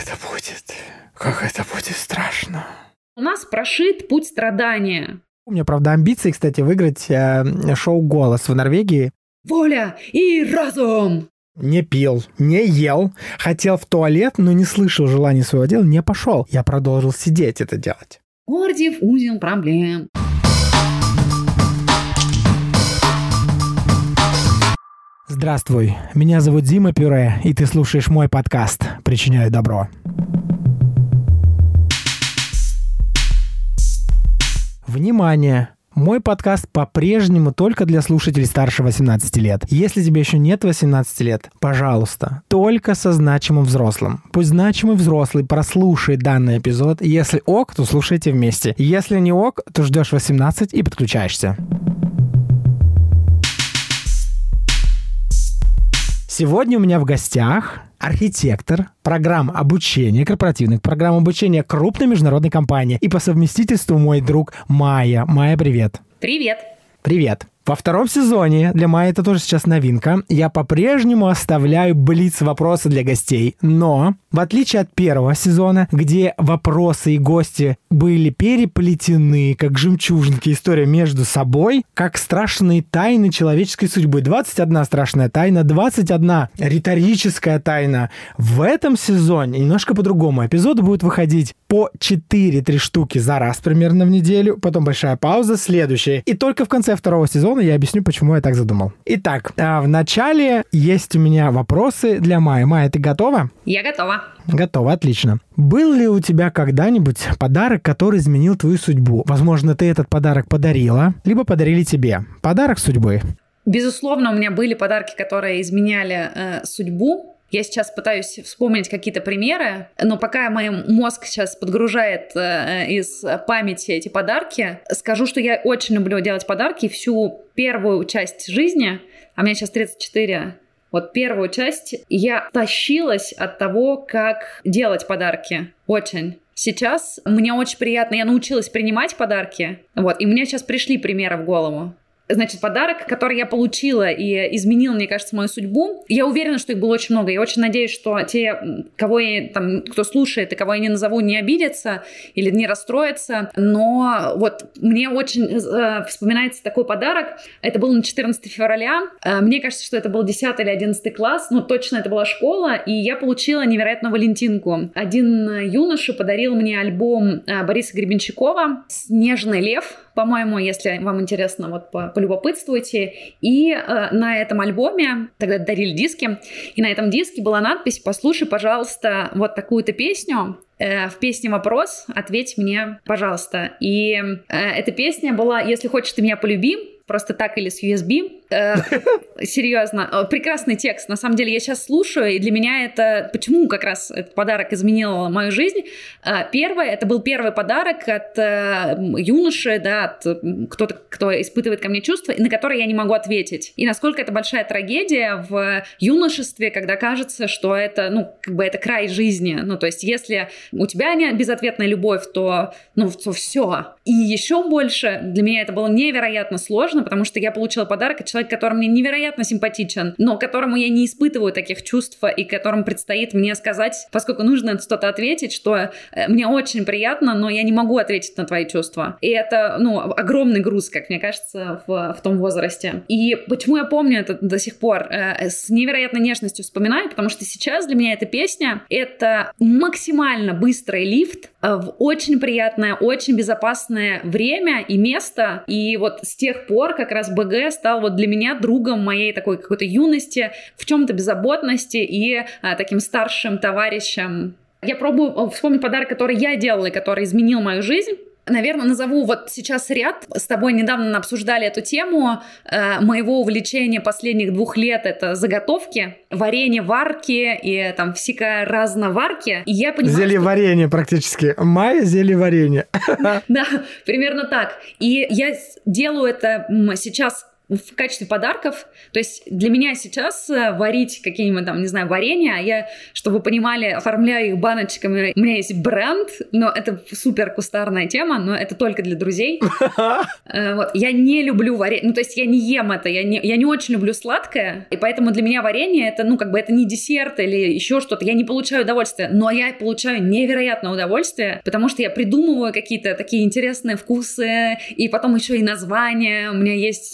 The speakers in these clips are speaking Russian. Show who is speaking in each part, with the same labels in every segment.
Speaker 1: это будет? Как это будет страшно.
Speaker 2: У нас прошит путь страдания.
Speaker 1: У меня, правда, амбиции, кстати, выиграть шоу «Голос» в Норвегии.
Speaker 2: Воля и разум!
Speaker 1: Не пил, не ел, хотел в туалет, но не слышал желания своего дела, не пошел. Я продолжил сидеть это делать.
Speaker 2: Гордиев узел проблем.
Speaker 1: Здравствуй, меня зовут Дима Пюре, и ты слушаешь мой подкаст «Причиняю добро». Внимание! Мой подкаст по-прежнему только для слушателей старше 18 лет. Если тебе еще нет 18 лет, пожалуйста, только со значимым взрослым. Пусть значимый взрослый прослушает данный эпизод. Если ок, то слушайте вместе. Если не ок, то ждешь 18 и подключаешься. Сегодня у меня в гостях архитектор программ обучения, корпоративных программ обучения крупной международной компании и по совместительству мой друг Майя. Майя, привет.
Speaker 2: Привет.
Speaker 1: Привет. Во втором сезоне, для Майи это тоже сейчас новинка, я по-прежнему оставляю блиц-вопросы для гостей. Но, в отличие от первого сезона, где вопросы и гости были переплетены, как жемчужинки, история между собой, как страшные тайны человеческой судьбы. 21 страшная тайна, 21 риторическая тайна. В этом сезоне немножко по-другому. Эпизоды будут выходить по 4-3 штуки за раз примерно в неделю, потом большая пауза, следующая. И только в конце второго сезона я объясню, почему я так задумал. Итак, в начале есть у меня вопросы для Майи. Майя, ты готова?
Speaker 2: Я готова.
Speaker 1: Готова, отлично. Был ли у тебя когда-нибудь подарок, который изменил твою судьбу? Возможно, ты этот подарок подарила, либо подарили тебе. Подарок судьбы.
Speaker 2: Безусловно, у меня были подарки, которые изменяли судьбу. Я сейчас пытаюсь вспомнить какие-то примеры, но пока мой мозг сейчас подгружает из памяти эти подарки, скажу, что я очень люблю делать подарки. Всю первую часть жизни, а мне сейчас 34, вот первую часть, я тащилась от того, как делать подарки. Очень. Сейчас мне очень приятно, я научилась принимать подарки, вот, и мне сейчас пришли примеры в голову. Значит, подарок, который я получила и изменил, мне кажется, мою судьбу. Я уверена, что их было очень много. Я очень надеюсь, что те, кто слушает и кого я не назову, не обидятся или не расстроятся. Но вот мне очень вспоминается такой подарок. Это было на 14 февраля. Мне кажется, что это был 10 или 11 класс. Ну, точно это была школа. И я получила невероятную валентинку. Один юноша подарил мне альбом Бориса Гребенщикова «Снежный лев». По-моему, если вам интересно, вот полюбопытствуйте. И на этом альбоме, тогда дарили диски, и на этом диске была надпись: «Послушай, пожалуйста, вот такую-то песню. В песне вопрос, ответь мне, пожалуйста». И эта песня была «Если хочешь, ты меня полюби», просто так или с USB. Серьезно. Прекрасный текст. На самом деле я сейчас слушаю, и для меня это... Почему как раз этот подарок изменил мою жизнь? Первое, это был первый подарок от юноши, да, от кто-то, кто испытывает ко мне чувства, на которые я не могу ответить. И насколько это большая трагедия в юношестве, когда кажется, что это, это край жизни. То есть если у тебя не безответная любовь, то все. И еще больше для меня это было невероятно сложно, потому что я получила подарок от человека, который мне невероятно симпатичен, но которому я не испытываю таких чувств, и которому предстоит мне сказать, поскольку нужно что-то ответить, что мне очень приятно, но я не могу ответить на твои чувства. И это, огромный груз, как мне кажется, в том возрасте. И почему я помню это до сих пор? С невероятной нежностью вспоминаю, потому что сейчас для меня эта песня — это максимально быстрый лифт в очень приятное, очень безопасное время и место. И вот с тех пор как раз БГ стал вот для меня другом моей такой какой-то юности, в чем-то беззаботности и таким старшим товарищем. Я пробую вспомнить подарок, который я делала и который изменил мою жизнь. Наверное, назову вот сейчас ряд. С тобой недавно обсуждали эту тему. Моего увлечения последних 2 лет — это заготовки, варенье, варки и там всякое разноварки. И я понимаю,
Speaker 1: зелье-варенье практически. Майя — зелье-варенье.
Speaker 2: Да, примерно так. И я делаю это сейчас в качестве подарков. То есть для меня сейчас варить какие-нибудь там, не знаю, варенья, я, чтобы вы понимали, оформляю их баночками. У меня есть бренд, но это супер кустарная тема, но это только для друзей. Вот. Я не люблю варенье, ну, то есть я не ем это, я не очень люблю сладкое, и поэтому для меня варенье это, ну, как бы это не десерт или еще что-то, я не получаю удовольствия, но я получаю невероятное удовольствие, потому что я придумываю какие-то такие интересные вкусы, и потом еще и названия. У меня есть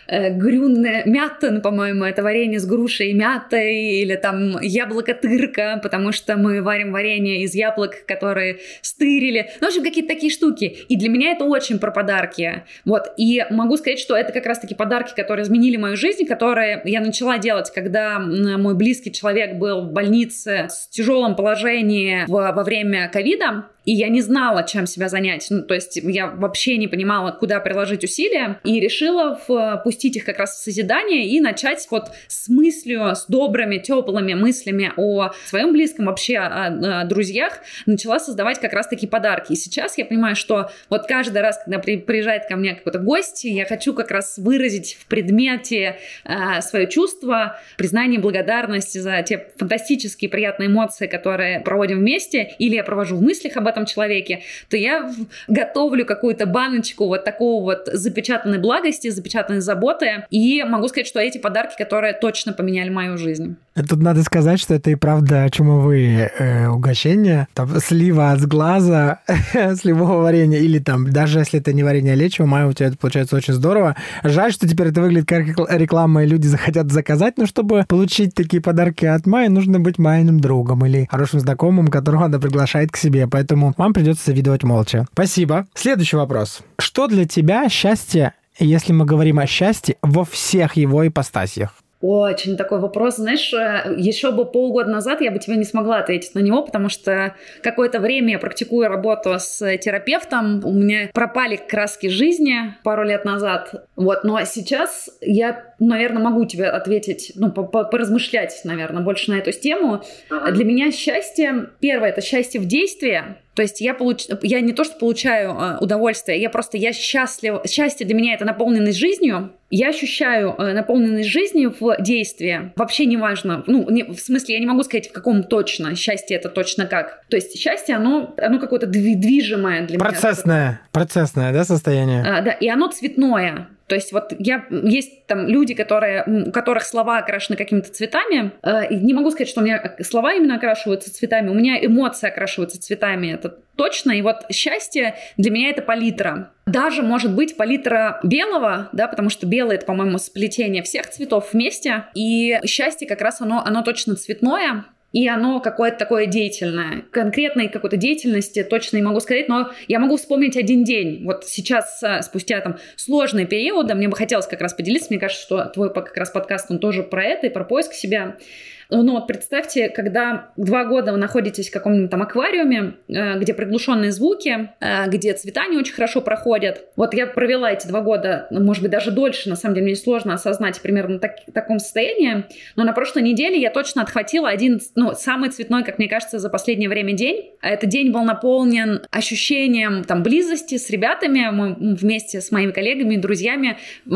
Speaker 2: грюнне мяттен, по-моему, это варенье с грушей и мятой, или там яблоко-тырка, потому что мы варим варенье из яблок, которые стырили. Ну, в общем, какие-то такие штуки. И для меня это очень про подарки. Вот. И могу сказать, что это как раз-таки подарки, которые изменили мою жизнь, которые я начала делать, когда мой близкий человек был в больнице в тяжелом положении во время ковида. И я не знала, чем себя занять. Ну, то есть я вообще не понимала, куда приложить усилия. И решила впустить их как раз в созидание и начать вот с мыслью, с добрыми, теплыми мыслями о своем близком, вообще о друзьях, начала создавать как раз такие подарки. И сейчас я понимаю, что вот каждый раз, когда приезжает ко мне какой-то гость, я хочу как раз выразить в предмете свое чувство, признание, благодарность за те фантастические приятные эмоции, которые проводим вместе, или я провожу в мыслях об этом человеке, то я готовлю какую-то баночку вот такого вот запечатанной благости, запечатанной заботы, и могу сказать, что эти подарки, которые точно поменяли мою жизнь.
Speaker 1: Тут надо сказать, что это и правда чумовые угощения. Там слива от глаза, сливового варенья, или там, даже если это не варенье, а лечо, Майя, у тебя это получается очень здорово. Жаль, что теперь это выглядит как реклама, и люди захотят заказать, но чтобы получить такие подарки от Майи, нужно быть Майиным другом или хорошим знакомым, которого она приглашает к себе, поэтому вам придется завидовать молча. Спасибо. Следующий вопрос. Что для тебя счастье, если мы говорим о счастье во всех его ипостасях?
Speaker 2: Очень такой вопрос, знаешь, еще бы полгода назад я бы тебе не смогла ответить на него, потому что какое-то время я практикую работу с терапевтом, у меня пропали краски жизни пару лет назад, вот, но сейчас я, наверное, могу тебе ответить, ну, поразмышлять, наверное, больше на эту тему. Для меня счастье, первое, это счастье в действии. То есть я не то, что получаю удовольствие, я счастлива. Счастье для меня — это наполненность жизнью. Я ощущаю наполненность жизнью в действии. Вообще не важно. Ну, в смысле, я не могу сказать, в каком точно. Счастье — это точно как. То есть счастье, оно какое-то движимое для меня.
Speaker 1: Процессное, да, состояние?
Speaker 2: Да, и оно цветное. То есть вот есть там люди, у которых слова окрашены какими-то цветами. И не могу сказать, что у меня слова именно окрашиваются цветами. У меня эмоции окрашиваются цветами, это точно. И вот счастье для меня — это палитра. Даже может быть палитра белого, да, потому что белый — это, по-моему, сплетение всех цветов вместе. И счастье как раз оно точно цветное. И оно какое-то такое деятельное. Конкретной какой-то деятельности точно не могу сказать, но я могу вспомнить один день. Вот сейчас, спустя там сложные периоды, мне бы хотелось как раз поделиться. Мне кажется, что твой как раз подкаст, он тоже про это и про поиск себя. Ну вот представьте, когда 2 года вы находитесь в каком-нибудь там аквариуме, где приглушенные звуки, где цвета не очень хорошо проходят. Вот я провела эти 2 года, может быть, даже дольше, на самом деле мне сложно осознать примерно в таком состоянии, но на прошлой неделе я точно отхватила один, самый цветной, как мне кажется, за последнее время день. Этот день был наполнен ощущением там близости с ребятами. Мы вместе с моими коллегами и друзьями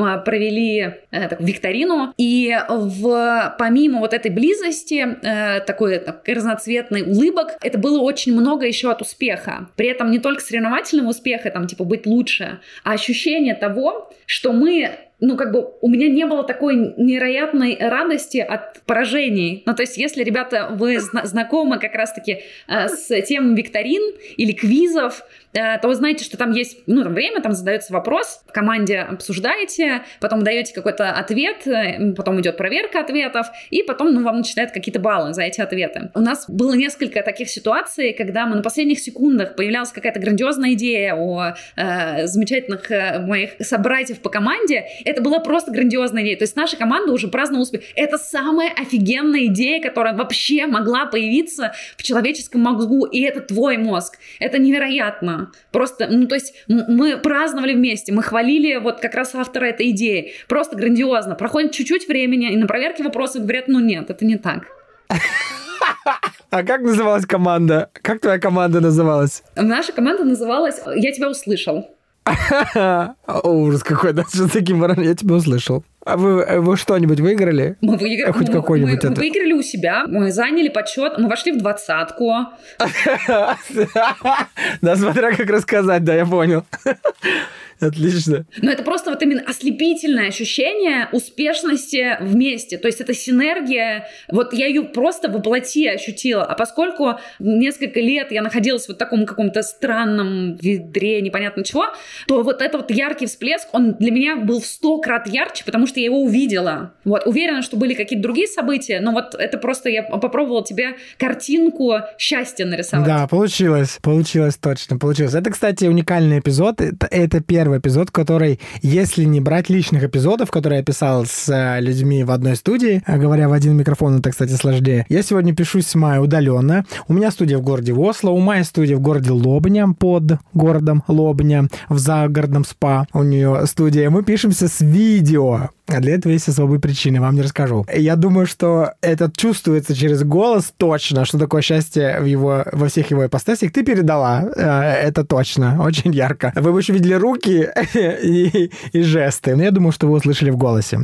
Speaker 2: провели викторину, и помимо вот этой близости, такой разноцветный улыбок, это было очень много еще от успеха. При этом не только соревновательного успеха, там, типа, быть лучше, а ощущение того, что мы... у меня не было такой невероятной радости от поражений. То есть, если, ребята, вы знакомы как раз-таки с темой викторин или квизов, то вы знаете, что там есть, там время, там задается вопрос, в команде обсуждаете, потом даете какой-то ответ, потом идет проверка ответов, и потом, вам начисляют какие-то баллы за эти ответы. У нас было несколько таких ситуаций, когда мы на последних секундах появлялась какая-то грандиозная идея о замечательных моих собратьев по команде. Это была просто грандиозная идея. То есть наша команда уже праздновала успех. Это самая офигенная идея, которая вообще могла появиться в человеческом мозгу. И это твой мозг. Это невероятно. Просто, то есть мы праздновали вместе, мы хвалили вот как раз автора этой идеи. Просто грандиозно. Проходит чуть-чуть времени, и на проверке вопросов говорят, нет, это не так.
Speaker 1: А как называлась команда? Как твоя команда называлась?
Speaker 2: Наша команда называлась «Я тебя услышал».
Speaker 1: Ужас какой, да, с таким выражением. Я тебя услышал. А вы что-нибудь выиграли?
Speaker 2: Мы выиграли.
Speaker 1: Хоть какой-нибудь
Speaker 2: мы выиграли у себя, мы заняли почет, мы вошли в 20-ку.
Speaker 1: Да, смотря как рассказать, да, я понял. Отлично.
Speaker 2: Но это просто вот именно ослепительное ощущение успешности вместе. То есть это синергия. Вот я ее просто воплоти ощутила. А поскольку несколько лет я находилась в вот таком каком-то странном ведре, непонятно чего, то вот этот вот яркий всплеск, он для меня был в 100 крат ярче, потому что я его увидела. Вот. Уверена, что были какие-то другие события, но вот это просто я попробовала тебе картинку счастья нарисовать.
Speaker 1: Да, получилось. Получилось точно. Получилось. Это, кстати, уникальный эпизод. Это первый эпизод, который, если не брать личных эпизодов, которые я писал с людьми в одной студии, говоря в один микрофон, это, кстати, сложнее. Я сегодня пишусь с Майей удаленно. У меня студия в городе Осло, у Майи студия в городе Лобня, под городом Лобня, в загородном спа у нее студия. Мы пишемся с видео. А для этого есть особые причины, вам не расскажу. Я думаю, что это чувствуется через голос точно, что такое счастье во всех его ипостасях. Ты передала, это точно, очень ярко. Вы бы еще видели руки и жесты, но я думаю, что вы услышали в голосе.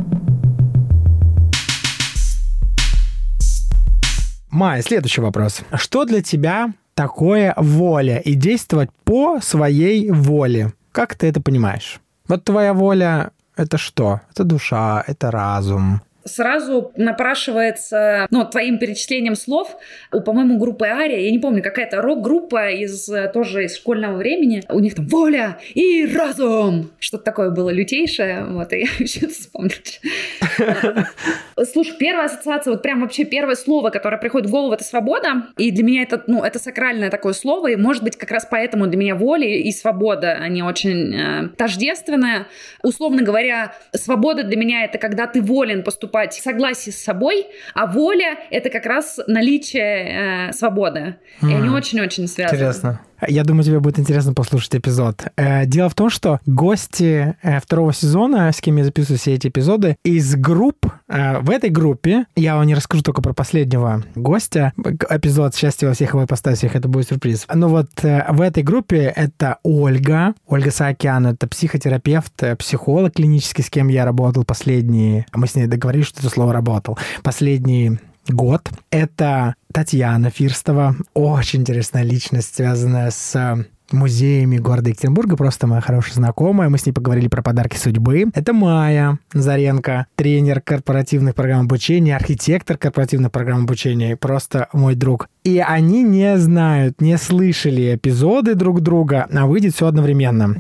Speaker 1: Майя, следующий вопрос. Что для тебя такое воля и действовать по своей воле? Как ты это понимаешь? Вот твоя воля... Это что? Это душа, это разум.
Speaker 2: Сразу напрашивается, твоим перечислением слов, по-моему, группы Ария, я не помню, какая-то рок-группа тоже из школьного времени, у них там воля и разум. Что-то такое было лютейшее, и я еще вспомнила. Слушай, первая ассоциация, вот прям вообще первое слово, которое приходит в голову, это свобода, и для меня это сакральное такое слово, и может быть как раз поэтому для меня воля и свобода, они очень тождественные. Условно говоря, свобода для меня это когда ты волен поступать в согласии с собой, а воля — это как раз наличие свободы. И они очень-очень связаны.
Speaker 1: Интересно. Я думаю, тебе будет интересно послушать эпизод. Дело в том, что гости второго сезона, с кем я записываю все эти эпизоды, из групп, в этой группе, я вам не расскажу только про последнего гостя, эпизод «Счастье во всех его ипостасях», это будет сюрприз. Но вот в этой группе это Ольга Саакян, это психотерапевт, психолог клинический, с кем я работал последние, мы с ней договорились, что это слово «работал», последний год. Это Татьяна Фирстова, очень интересная личность, связанная с музеями города Екатеринбурга, просто моя хорошая знакомая. Мы с ней поговорили про подарки судьбы. Это Майя Назаренко, тренер корпоративных программ обучения, архитектор корпоративных программ обучения, просто мой друг. И они не знают, не слышали эпизоды друг друга, а выйдет все одновременно.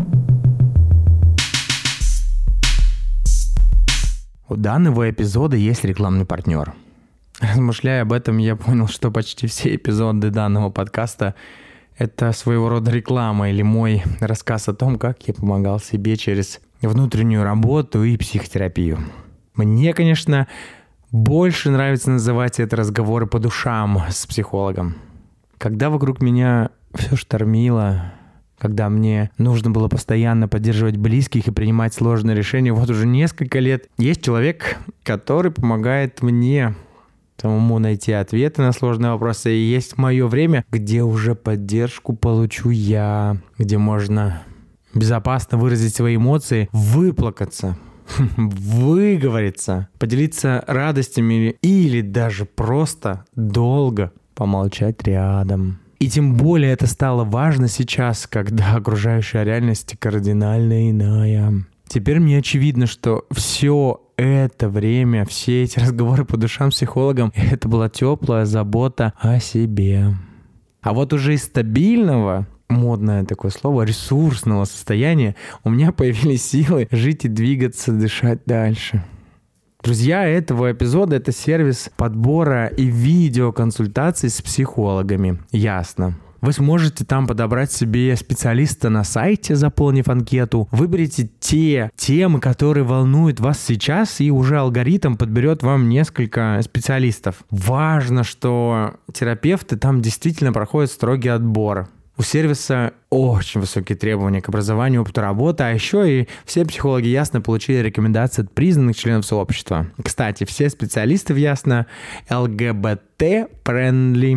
Speaker 1: У данного эпизода есть рекламный партнер. Размышляя об этом, я понял, что почти все эпизоды данного подкаста — это своего рода реклама или мой рассказ о том, как я помогал себе через внутреннюю работу и психотерапию. Мне, конечно, больше нравится называть это разговоры по душам с психологом. Когда вокруг меня все штормило, когда мне нужно было постоянно поддерживать близких и принимать сложные решения, вот уже несколько лет есть человек, который помогает мне самому найти ответы на сложные вопросы. И есть мое время, где уже поддержку получу я, где можно безопасно выразить свои эмоции, выплакаться, выговориться, поделиться радостями или даже просто долго помолчать рядом. И тем более это стало важно сейчас, когда окружающая реальность кардинально иная. Теперь мне очевидно, что все это время, все эти разговоры по душам с психологом, это была теплая забота о себе. А вот уже из стабильного, модное такое слово, ресурсного состояния у меня появились силы жить и двигаться, дышать дальше. Друзья этого эпизода — это сервис подбора и видеоконсультаций с психологами. Ясно. Вы сможете там подобрать себе специалиста на сайте, заполнив анкету. Выберите те темы, которые волнуют вас сейчас, и уже алгоритм подберет вам несколько специалистов. Важно, что терапевты там действительно проходят строгий отбор. У сервиса очень высокие требования к образованию, опыту работы, а еще и все психологи Ясно получили рекомендации от признанных членов сообщества. Кстати, все специалисты в Ясно LGBT-friendly.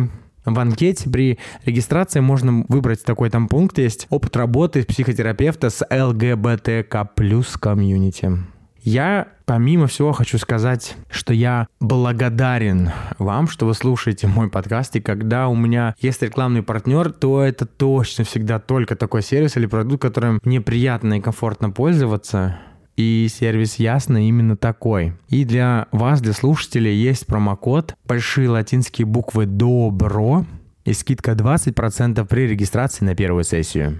Speaker 1: В анкете при регистрации можно выбрать такой там пункт есть: опыт работы психотерапевта с ЛГБТК+ комьюнити. Я, помимо всего, хочу сказать, что я благодарен вам, что вы слушаете мой подкаст, и когда у меня есть рекламный партнер, то это точно всегда только такой сервис или продукт, которым мне приятно и комфортно пользоваться. И сервис Ясно именно такой. И для вас, для слушателей, есть промокод, большие латинские буквы ДОБРО, и скидка 20% при регистрации на первую сессию.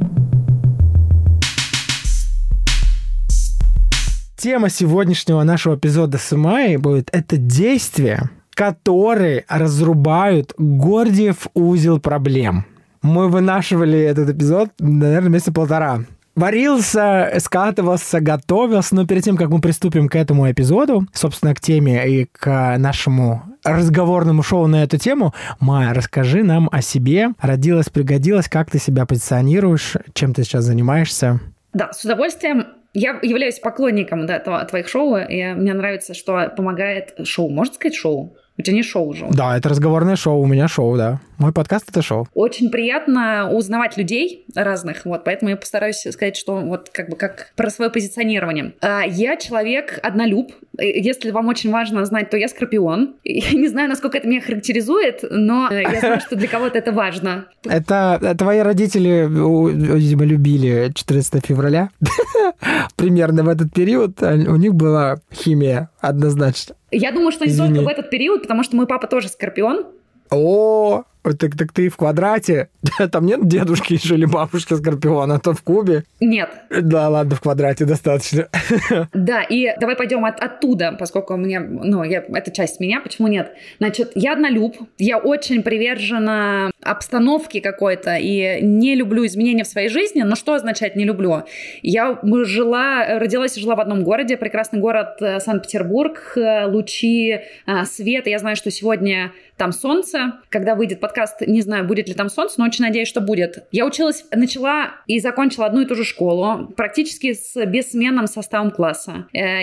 Speaker 1: Тема сегодняшнего нашего эпизода с Майей будет это действия, которые разрубают Гордиев узел проблем. Мы вынашивали этот эпизод, наверное, месяца полтора. Варился, скатывался, готовился, но перед тем, как мы приступим к этому эпизоду, собственно, к теме и к нашему разговорному шоу на эту тему, Майя, расскажи нам о себе. Родилась, пригодилась, как ты себя позиционируешь, чем ты сейчас занимаешься?
Speaker 2: Да, с удовольствием. Я являюсь поклонником твоих шоу, и мне нравится, что помогает шоу. Можно сказать шоу? У тебя не шоу же.
Speaker 1: Да, это разговорное шоу, у меня шоу, да. Мой подкаст — это шоу.
Speaker 2: Очень приятно узнавать людей разных, поэтому я постараюсь сказать, что как про свое позиционирование. Я человек-однолюб. Если вам очень важно знать, то я скорпион. Я не знаю, насколько это меня характеризует, но я знаю, что для кого-то это важно.
Speaker 1: Это твои родители, видимо, любили 14 февраля. Примерно в этот период у них была химия однозначно.
Speaker 2: Я думаю, что не только в этот период, потому что мой папа тоже скорпион.
Speaker 1: О, так ты в квадрате? Там нет дедушки еще или бабушки скорпиона, а то в кубе?
Speaker 2: Нет.
Speaker 1: Да, ладно, в квадрате достаточно.
Speaker 2: Да, и давай пойдем оттуда, поскольку мне, это часть меня, почему нет? Значит, я однолюб, я очень привержена обстановке какой-то и не люблю изменения в своей жизни. Но что означает «не люблю»? Я родилась и жила в одном городе, прекрасный город Санкт-Петербург, лучи света. Я знаю, что сегодня там солнце. Когда выйдет подкаст, не знаю, будет ли там солнце, но очень надеюсь, что будет. Я начала и закончила одну и ту же школу, практически с бессменным составом класса.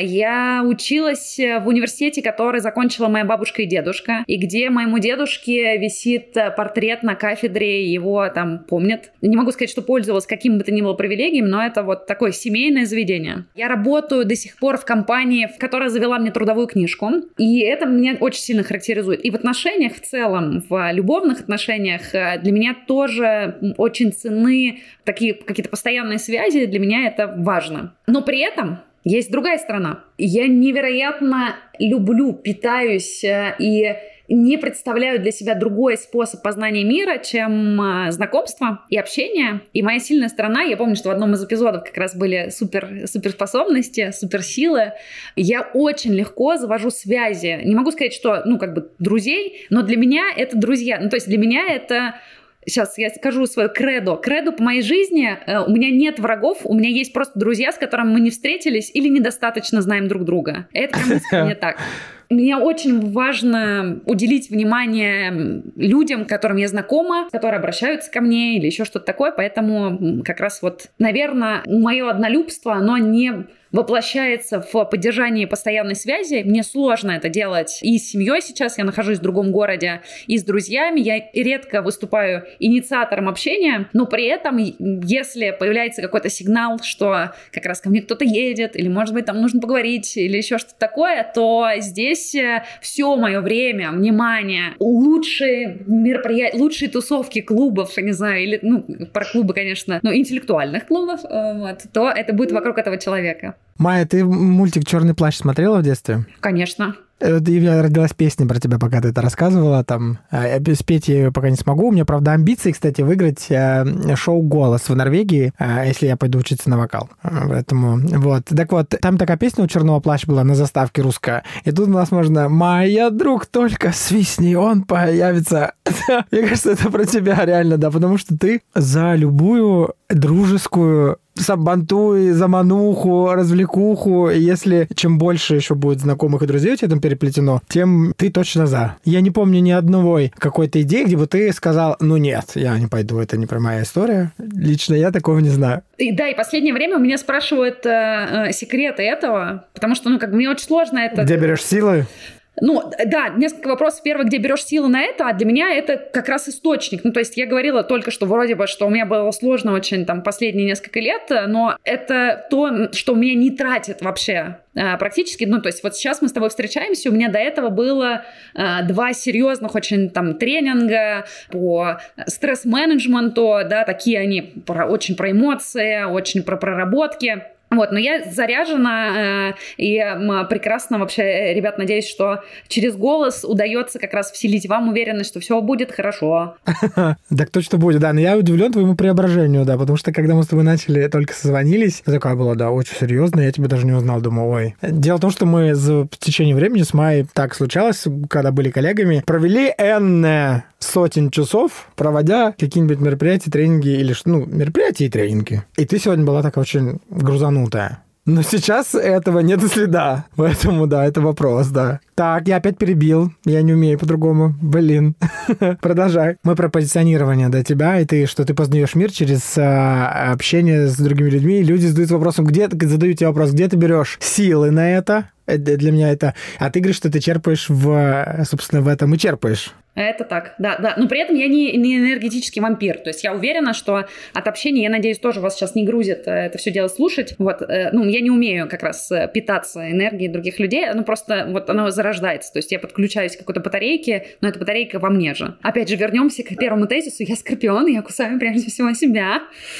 Speaker 2: Я училась в университете, который закончила моя бабушка и дедушка, и где моему дедушке висит портрет на кафедре, его там помнят. Не могу сказать, что пользовалась каким бы то ни было привилегием, но это такое семейное заведение. Я работаю до сих пор в компании, которая завела мне трудовую книжку, и это меня очень сильно характеризует. И в отношениях в целом, в любовных отношениях для меня тоже очень ценны такие какие-то постоянные связи, для меня это важно. Но при этом есть другая сторона. Я невероятно люблю, питаюсь и не представляю для себя другой способ познания мира, чем знакомство и общение. И моя сильная сторона, я помню, что в одном из эпизодов как раз были суперспособности, суперсилы. Я очень легко завожу связи. Не могу сказать, что, друзей, но для меня это друзья. То есть для меня это... Сейчас я скажу свое кредо. Кредо по моей жизни. У меня нет врагов, у меня есть просто друзья, с которыми мы не встретились или недостаточно знаем друг друга. Это не так. Мне очень важно уделить внимание людям, которым я знакома, которые обращаются ко мне или еще что-то такое. Поэтому как раз наверное, мое однолюбство, оно не воплощается в поддержании постоянной связи. Мне сложно это делать и с семьей сейчас. Я нахожусь в другом городе, и с друзьями. Я редко выступаю инициатором общения, но при этом, если появляется какой-то сигнал, что как раз ко мне кто-то едет, или, может быть, там нужно поговорить, или еще что-то такое, то здесь все мое время, внимание, лучшие мероприятия, лучшие тусовки клубов, я не знаю, или, про клубы, конечно, но интеллектуальных клубов, то это будет вокруг этого человека.
Speaker 1: Майя, ты мультик «Черный плащ» смотрела в детстве?
Speaker 2: Конечно.
Speaker 1: У меня родилась песня про тебя, пока ты это рассказывала. Спеть я ее пока не смогу. У меня, правда, амбиции, кстати, выиграть шоу «Голос» в Норвегии, если я пойду учиться на вокал. Поэтому Так вот, там такая песня у «Черного плаща» была на заставке русская. И тут у нас можно «Майя, друг, только свистни, он появится». Мне кажется, это про тебя реально, да, потому что ты за любую дружескую сабантуй, замануху, развлекуху. И если чем больше еще будет знакомых и друзей у тебя там переплетено, тем ты точно за. Я не помню ни одной какой-то идеи, где бы ты сказал, нет, я не пойду, это не про моя история. Лично я такого не знаю.
Speaker 2: И последнее время у меня спрашивают секреты этого, потому что, мне очень сложно это...
Speaker 1: Где берешь силы?
Speaker 2: Ну, да, несколько вопросов. Первый, где берешь силы на это, а для меня это как раз источник. Ну, то есть я говорила только что вроде бы, что у меня было сложно очень там последние несколько лет, но это то, что у меня не тратит вообще практически. Ну, то есть вот сейчас мы с тобой встречаемся, у меня до этого было 2 серьезных очень там тренинга по стресс-менеджменту, да, такие они очень про эмоции, очень про проработки. Вот, но я заряжена и прекрасно вообще, ребят, надеюсь, что через голос удается как раз вселить вам уверенность, что все будет хорошо.
Speaker 1: Так точно будет, да. Но я удивлен твоему преображению, да, потому что когда мы с тобой начали, только созвонились, такая была, да, очень серьезно, я тебя даже не узнал, думаю, ой. Дело в том, что мы в течение времени с Майей, так случалось, когда были коллегами, провели сотен часов, проводя какие-нибудь мероприятия, тренинги или мероприятия и тренинги. И ты сегодня была такая очень грузанутая. Но сейчас этого нет и следа. Поэтому, да, это вопрос, да. Так, я опять перебил. Я не умею по-другому. Блин. Продолжай. Мы про позиционирование до тебя, и что ты познаешь мир через общение с другими людьми. Люди задают вопросом, задают тебе вопрос, где ты берешь силы на это? Для меня это... А ты говоришь, что ты черпаешь собственно, в этом и черпаешь.
Speaker 2: Это так, да. Но при этом я не энергетический вампир. То есть я уверена, что от общения, я надеюсь, тоже вас сейчас не грузит это все дело слушать. Вот, я не умею как раз питаться энергией других людей. Просто вот оно зарождается. То есть я подключаюсь к какой-то батарейке, но эта батарейка во мне же. Опять же, вернемся к первому тезису. Я скорпион, я кусаю прежде всего себя.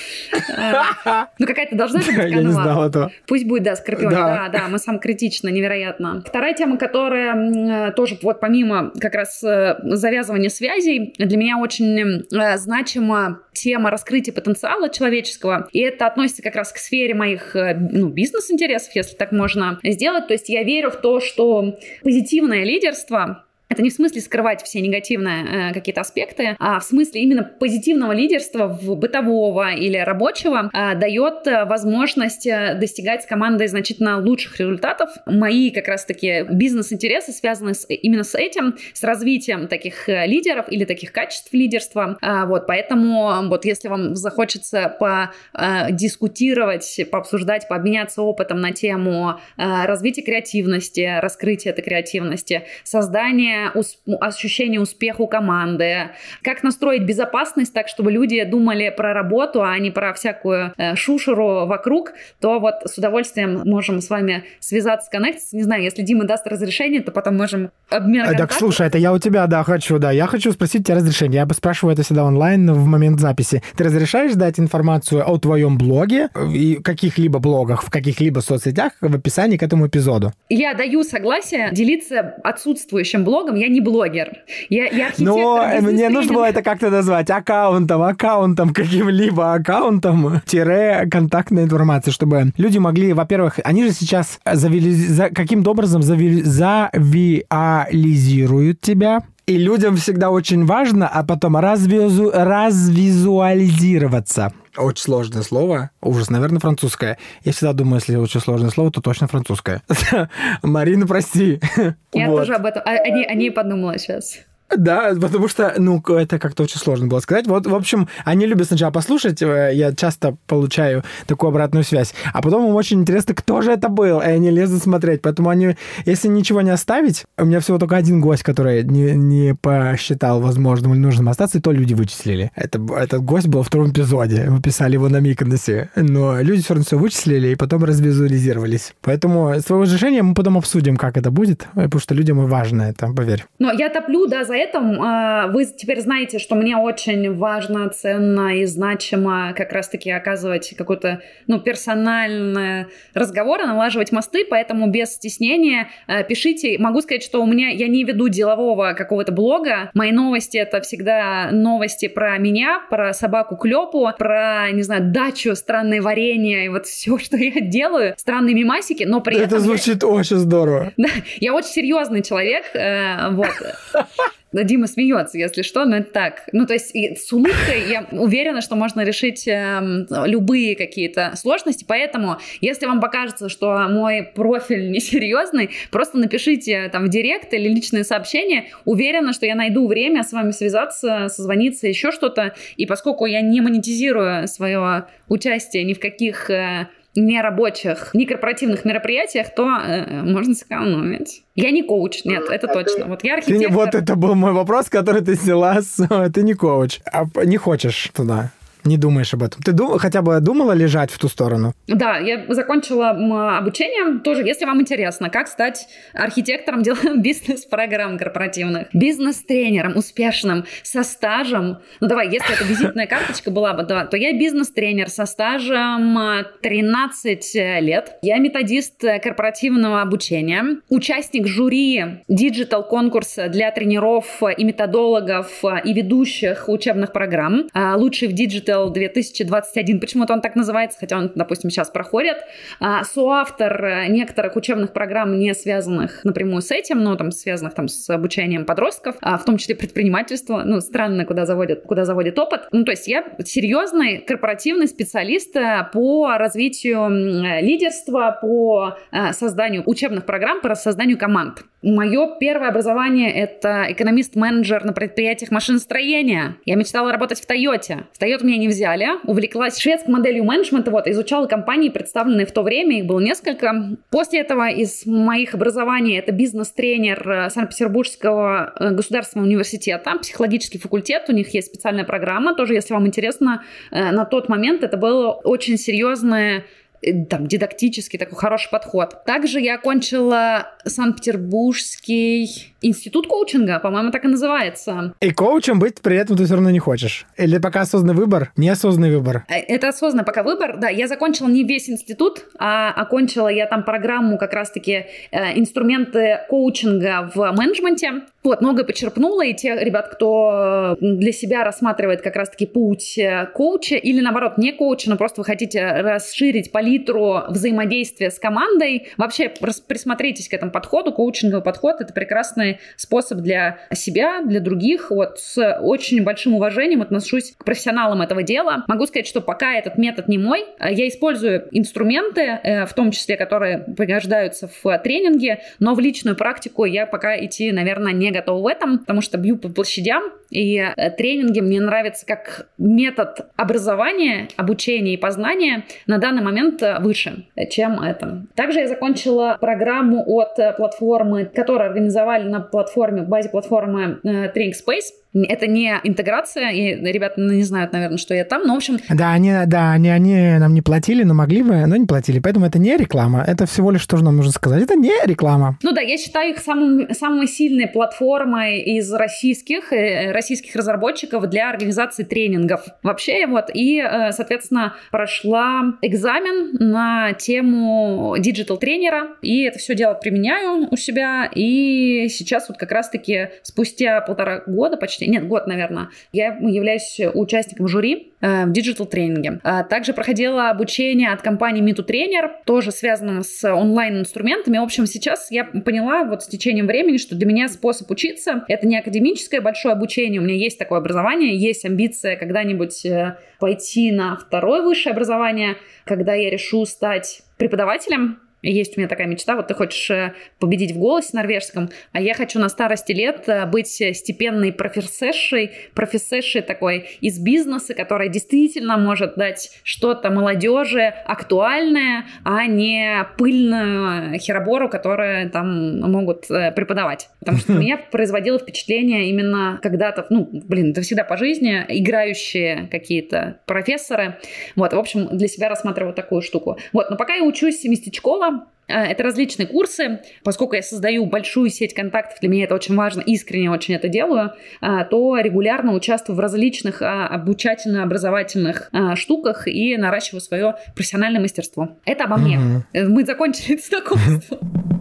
Speaker 2: Ну, какая-то должна быть канва.
Speaker 1: Я не знала этого.
Speaker 2: Пусть будет, да, скорпион. Да, мы самокритичны, невероятно. Вторая тема, которая тоже вот помимо как раз завязывания связей, для меня очень значима тема раскрытия потенциала человеческого, и это относится как раз к сфере моих бизнес-интересов, если так можно сделать. То есть я верю в то, что позитивное лидерство — это не в смысле скрывать все негативные какие-то аспекты, а в смысле именно позитивного лидерства бытового или рабочего дает возможность достигать с командой значительно лучших результатов. Мои как раз-таки бизнес-интересы связаны именно с этим, с развитием таких лидеров или таких качеств лидерства. Поэтому если вам захочется подискутировать, пообсуждать, пообменяться опытом на тему развития креативности, раскрытия этой креативности, создания ощущение успеха у команды, как настроить безопасность так, чтобы люди думали про работу, а не про всякую шушеру вокруг, то вот с удовольствием можем с вами связаться, сконнектиться. Не знаю, если Дима даст разрешение, то потом можем обмен контактов.
Speaker 1: Так, слушай, это я у тебя, хочу. Я хочу спросить тебя разрешение. Я спрашиваю это всегда онлайн в момент записи. Ты разрешаешь дать информацию о твоем блоге и каких-либо блогах, в каких-либо соцсетях в описании к этому эпизоду?
Speaker 2: Я даю согласие делиться отсутствующим блогом. Я не блогер. Я архитектор.
Speaker 1: Но мне нужно было это как-то назвать аккаунтом, каким-либо аккаунтом, контактной информации, чтобы люди могли, во-первых, они же сейчас каким-то образом завизуализируют тебя. И людям всегда очень важно, а потом развизуализироваться. Очень сложное слово. Ужас, наверное, французское. Я всегда думаю, если очень сложное слово, то точно французское. Марина, прости.
Speaker 2: Я тоже об этом. О ней подумала сейчас.
Speaker 1: Да, потому что, это как-то очень сложно было сказать. Вот, в общем, они любят сначала послушать, я часто получаю такую обратную связь, а потом им очень интересно, кто же это был, и они лезут смотреть. Поэтому если ничего не оставить, у меня всего только один гость, который не посчитал возможным или нужным остаться, и то люди вычислили. Этот гость был во 2 эпизоде, мы писали его на Миконосе, но люди все равно все вычислили и потом развизуализировались. Поэтому с твоего разрешения мы потом обсудим, как это будет, потому что людям и важно это, поверь.
Speaker 2: Но я топлю, да, за это. Вы теперь знаете, что мне очень важно, ценно и значимо как раз-таки оказывать какой-то, персональный разговор, налаживать мосты, поэтому без стеснения пишите. Могу сказать, что я не веду делового какого-то блога. Мои новости — это всегда новости про меня, про собаку Клёпу, про, не знаю, дачу, странное варенье и вот все, что я делаю, странные мимасики, но при этом...
Speaker 1: Это звучит очень здорово.
Speaker 2: Да, я очень серьезный человек, Дима смеется, если что, но это так. То есть с улыбкой я уверена, что можно решить любые какие-то сложности, поэтому, если вам покажется, что мой профиль несерьезный, просто напишите в директ или личные сообщения. Уверена, что я найду время с вами связаться, созвониться, еще что-то. И поскольку я не монетизирую свое участие ни в каких нерабочих, некорпоративных мероприятиях, то можно сэкономить. Я не коуч, нет, это точно. Вот я архитектор.
Speaker 1: Вот это был мой вопрос, который ты сняла. Ты не коуч, а не хочешь туда. Не думаешь об этом. Ты хотя бы думала лежать в ту сторону?
Speaker 2: Да, я закончила обучение. Тоже, если вам интересно, как стать архитектором, делаем бизнес-программ корпоративных, бизнес-тренером успешным, со стажем. Ну давай, если это визитная карточка была бы, да, то я бизнес-тренер со стажем 13 лет. Я методист корпоративного обучения, участник жюри диджитал-конкурса для тренеров и методологов и ведущих учебных программ. Лучший в диджитал 2021, почему-то он так называется, хотя он, допустим, сейчас проходит. Соавтор некоторых учебных программ, не связанных напрямую с этим, но там связанных там с обучением подростков, в том числе предпринимательство. Ну, странно, куда заводит опыт. Ну, то есть я серьезный корпоративный специалист по развитию лидерства, по созданию учебных программ, по созданию команд. Мое первое образование — это экономист-менеджер на предприятиях машиностроения. Я мечтала работать в Тойоте. В Тойоту меня не взяли. Увлеклась шведской моделью менеджмента. Изучала компании, представленные в то время. Их было несколько. После этого из моих образований это бизнес-тренер Санкт-Петербургского государственного университета, психологический факультет. У них есть специальная программа. Тоже, если вам интересно, на тот момент это было очень серьезное, там, дидактический такой хороший подход. Также я окончила Санкт-Петербургский институт коучинга, по-моему, так и называется.
Speaker 1: И коучем быть при этом ты все равно не хочешь? Или пока осознанный выбор, неосознанный выбор?
Speaker 2: Это осознанный пока выбор, да. Я закончила не весь институт, а окончила я там программу как раз-таки инструменты коучинга в менеджменте. Многое почерпнула, и те ребят, кто для себя рассматривает как раз-таки путь коуча, или наоборот, не коуча, но просто вы хотите расширить палитру взаимодействия с командой, вообще присмотритесь к этому подходу. Коучинговый подход — это прекрасный способ для себя, для других. С очень большим уважением отношусь к профессионалам этого дела. Могу сказать, что пока этот метод не мой, я использую инструменты, в том числе, которые пригождаются в тренинге, но в личную практику я пока идти, наверное, не готова в этом, потому что бью по площадям, и тренинги мне нравятся как метод образования, обучения и познания на данный момент выше, чем это. Также я закончила программу от платформы, которую организовали на базе платформы Training Space. Это не интеграция, и ребята не знают, наверное, что я там, но в общем...
Speaker 1: Да, они нам не платили, но могли бы, но не платили, поэтому это не реклама, это всего лишь, что нам нужно сказать, это не реклама.
Speaker 2: Ну да, я считаю их самой сильной платформой из российских разработчиков для организации тренингов вообще, и, соответственно, прошла экзамен на тему диджитал-тренера, и это все дело применяю у себя, и сейчас как раз-таки спустя 1,5 года почти, год, наверное, я являюсь участником жюри в диджитал-тренинге. Также проходила обучение от компании MeToTrainer, тоже связанным с онлайн-инструментами. В общем, сейчас я поняла с течением времени, что для меня способ учиться — это не академическое большое обучение, у меня есть такое образование, есть амбиция когда-нибудь пойти на 2-е высшее образование, когда я решу стать преподавателем. Есть у меня такая мечта, ты хочешь победить в голосе норвежском, а я хочу на старости лет быть стипендной профессоршей такой из бизнеса, которая действительно может дать что-то молодежи актуальное, а не пыльную херобору, которую там могут преподавать. Потому что меня производило впечатление именно когда-то, это всегда по жизни, играющие какие-то профессоры. В общем, для себя рассматриваю такую штуку. Но пока я учусь местечково, это различные курсы. Поскольку я создаю большую сеть контактов, для меня это очень важно, искренне очень это делаю, то регулярно участвую в различных обучательно-образовательных штуках и наращиваю свое профессиональное мастерство. Это обо мне. Мы закончили знакомство.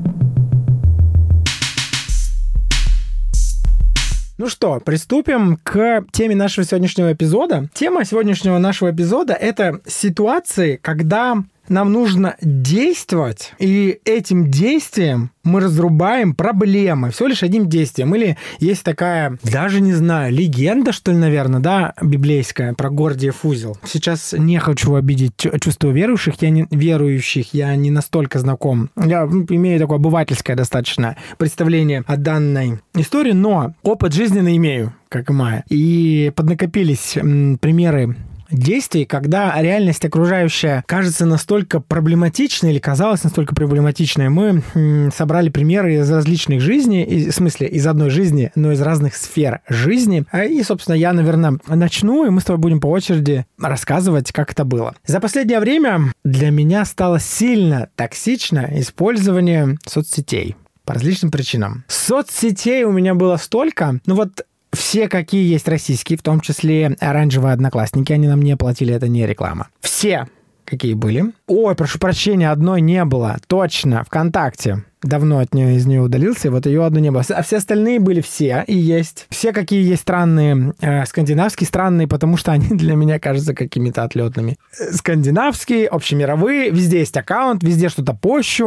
Speaker 1: Ну что, приступим к теме нашего сегодняшнего эпизода. Тема сегодняшнего нашего эпизода — это ситуации, когда нам нужно действовать, и этим действием мы разрубаем проблемы всего лишь одним действием. Или есть такая, даже не знаю, легенда, что ли, наверное, библейская, про Гордиев узел. Сейчас не хочу обидеть чувство верующих, я не настолько знаком. Я имею такое обывательское достаточно представление о данной истории, но опыт жизненный имею, как и Майя. И поднакопились примеры действий, когда реальность окружающая кажется настолько проблематичной или казалась настолько проблематичной, мы собрали примеры из различных жизней, в смысле, из одной жизни, но из разных сфер жизни. И, собственно, я, наверное, начну, и мы с тобой будем по очереди рассказывать, как это было. За последнее время для меня стало сильно токсично использование соцсетей по различным причинам. Соцсетей у меня было столько, все, какие есть российские, в том числе оранжевые одноклассники, они нам не платили, это не реклама. Все, какие были. Ой, прошу прощения, одной не было. Точно, ВКонтакте. Давно из нее удалился, и вот ее одну не было. А все остальные были все и есть. Все, какие есть странные, скандинавские, странные, потому что они для меня кажутся какими-то отлетными. Скандинавские, общемировые, везде есть аккаунт, везде что-то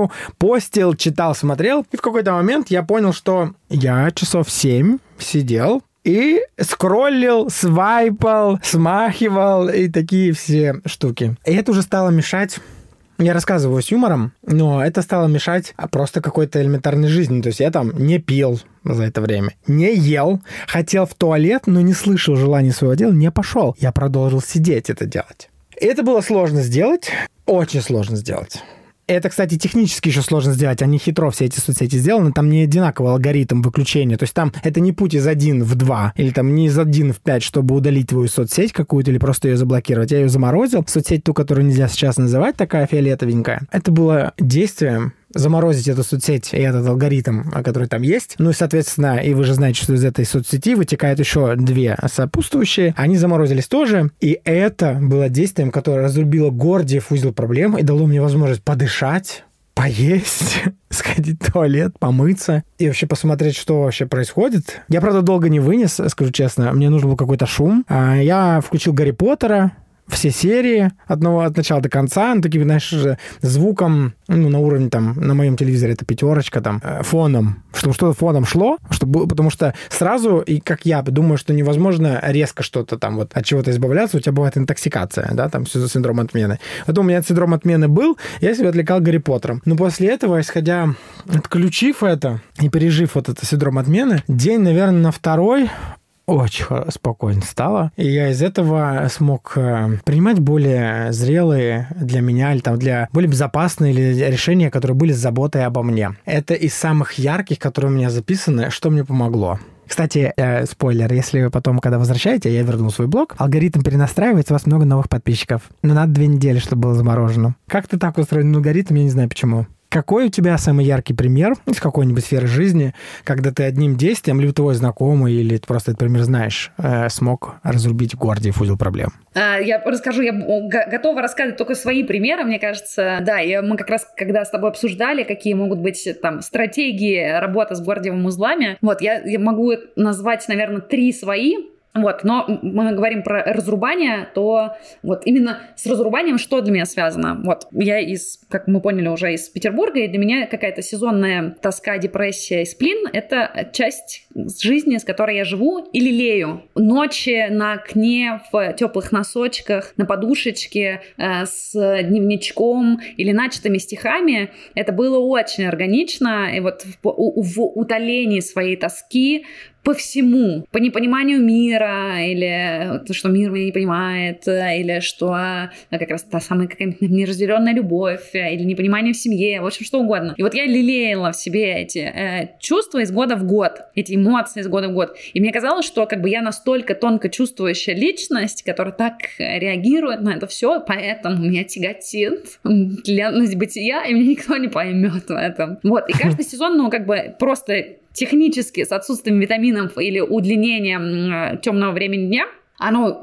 Speaker 1: постил, читал, смотрел. И в какой-то момент я понял, что я часов 7 сидел и скроллил, свайпал, смахивал и такие все штуки. И это уже стало мешать. Я рассказываю с юмором, но это стало мешать просто какой-то элементарной жизни. То есть я там не пил за это время, не ел, хотел в туалет, но не слышал желания своего дела, не пошел. Я продолжил сидеть это делать. И это было сложно сделать, очень сложно сделать. Это, кстати, технически еще сложно сделать, они хитро все эти соцсети сделаны, там не одинаковый алгоритм выключения, то есть там это не путь из 1 в 2, или там не из 1 в 5, чтобы удалить твою соцсеть какую-то или просто ее заблокировать. Я ее заморозил. Соцсеть, ту, которую нельзя сейчас называть, такая фиолетовенькая. Это было действием заморозить эту соцсеть и этот алгоритм, который там есть. Ну и, соответственно, и вы же знаете, что из этой соцсети вытекают еще 2 сопутствующие. Они заморозились тоже. И это было действием, которое разрубило Гордиев узел проблем и дало мне возможность подышать, поесть, сходить в туалет, помыться и вообще посмотреть, что вообще происходит. Я, правда, долго не вынес, скажу честно. Мне нужен был какой-то шум. Я включил Гарри Поттера, все серии от начала до конца, таким, знаешь, звуком, на уровне, там, на моем телевизоре это 5, там, фоном, чтобы что-то фоном шло, потому что сразу, и как я думаю, что невозможно резко что-то там вот от чего-то избавляться, у тебя бывает интоксикация, да, там, синдром отмены. Вот у меня синдром отмены был, я себя отвлекал Гарри Поттером. Но после этого, отключив это и пережив вот этот синдром отмены, день, наверное, на 2 очень спокойно стало. И я из этого смог принимать более зрелые для меня, или там для более безопасные решения, которые были с заботой обо мне. Это из самых ярких, которые у меня записаны, что мне помогло. Кстати, спойлер, если вы потом, когда возвращаете, я верну свой блог, алгоритм перенастраивается, у вас много новых подписчиков. Но надо 2 недели, чтобы было заморожено. Как ты так устроен алгоритм, я не знаю почему. Какой у тебя самый яркий пример из какой-нибудь сферы жизни, когда ты одним действием, либо твой знакомый, или ты просто этот пример знаешь, смог разрубить Гордиев узел проблем?
Speaker 2: Я расскажу, я готова рассказывать только свои примеры, мне кажется. Да, мы как раз, когда с тобой обсуждали, какие могут быть там стратегии работы с Гордиевыми узлами, я могу назвать, наверное, 3 свои. Но мы говорим про разрубание, то именно с разрубанием что для меня связано? Я как мы поняли, уже из Петербурга, и для меня какая-то сезонная тоска, депрессия и сплин — это часть жизни, с которой я живу и лелею. Ночи на окне, в теплых носочках, на подушечке, с дневничком или начатыми стихами — это было очень органично. И в утолении своей тоски по всему, по непониманию мира, или то, что мир меня не понимает, или что как раз та самая какая-нибудь неразделенная любовь, или непонимание в семье, в общем, что угодно. И я лелеяла в себе эти чувства из года в год, эти эмоции из года в год. И мне казалось, что я настолько тонко чувствующая личность, которая так реагирует на это все, поэтому меня тяготит тленность бытия, и меня никто не поймет в этом. И каждый сезон, просто технически с отсутствием витаминов или удлинением темного времени дня, оно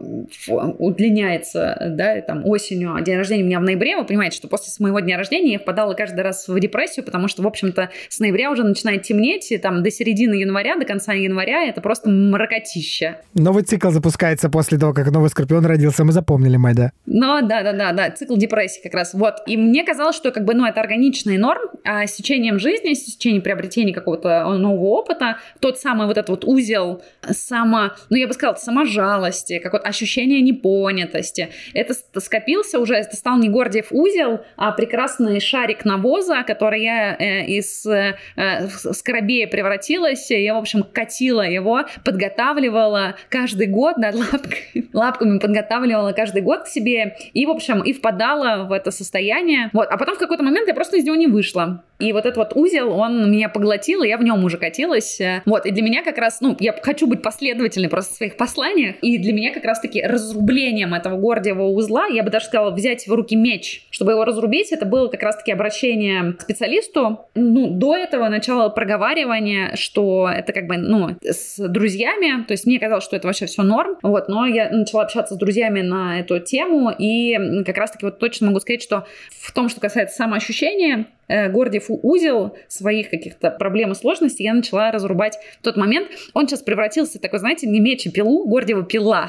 Speaker 2: удлиняется, да, там осенью, день рождения у меня в ноябре, вы понимаете, что после моего дня рождения я впадала каждый раз в депрессию, потому что, в общем-то, с ноября уже начинает темнеть, и там до середины января, до конца января это просто мракотища.
Speaker 1: Новый цикл запускается после того, как новый Скорпион родился, мы запомнили, Майда.
Speaker 2: Да, цикл депрессии как раз, И мне казалось, что, это органичный норм, а с течением жизни, с течением приобретения какого-то нового опыта, тот самый этот узел, я бы сказала, саможалость, какое-то ощущение непонятости. Это скопился уже, это стал не Гордиев узел, а прекрасный шарик навоза, который я из скоробея превратилась. Я, в общем, катила его, подготавливала каждый год над лапкой лапками подготавливала каждый год к себе и, в общем, и впадала в это состояние. Вот. А потом в какой-то момент я просто из него не вышла. И вот этот вот узел, он меня поглотил, и я в нем уже катилась. Вот. И для меня как раз, я хочу быть последовательной просто в своих посланиях, и для меня как раз-таки разрублением этого Гордиева узла, я бы даже сказала, взять в руки меч, чтобы его разрубить, это было как раз-таки обращение к специалисту. До этого начало проговаривания, что это как бы, с друзьями, то есть мне казалось, что это вообще все норм, вот, но я начала общаться с друзьями на эту тему, и как раз-таки вот точно могу сказать, что в том, что касается самоощущения, Гордиев узел своих каких-то проблем и сложностей я начала разрубать в тот момент. Он сейчас превратился в такой, знаете, не меч, а пилу, Гордиева пила.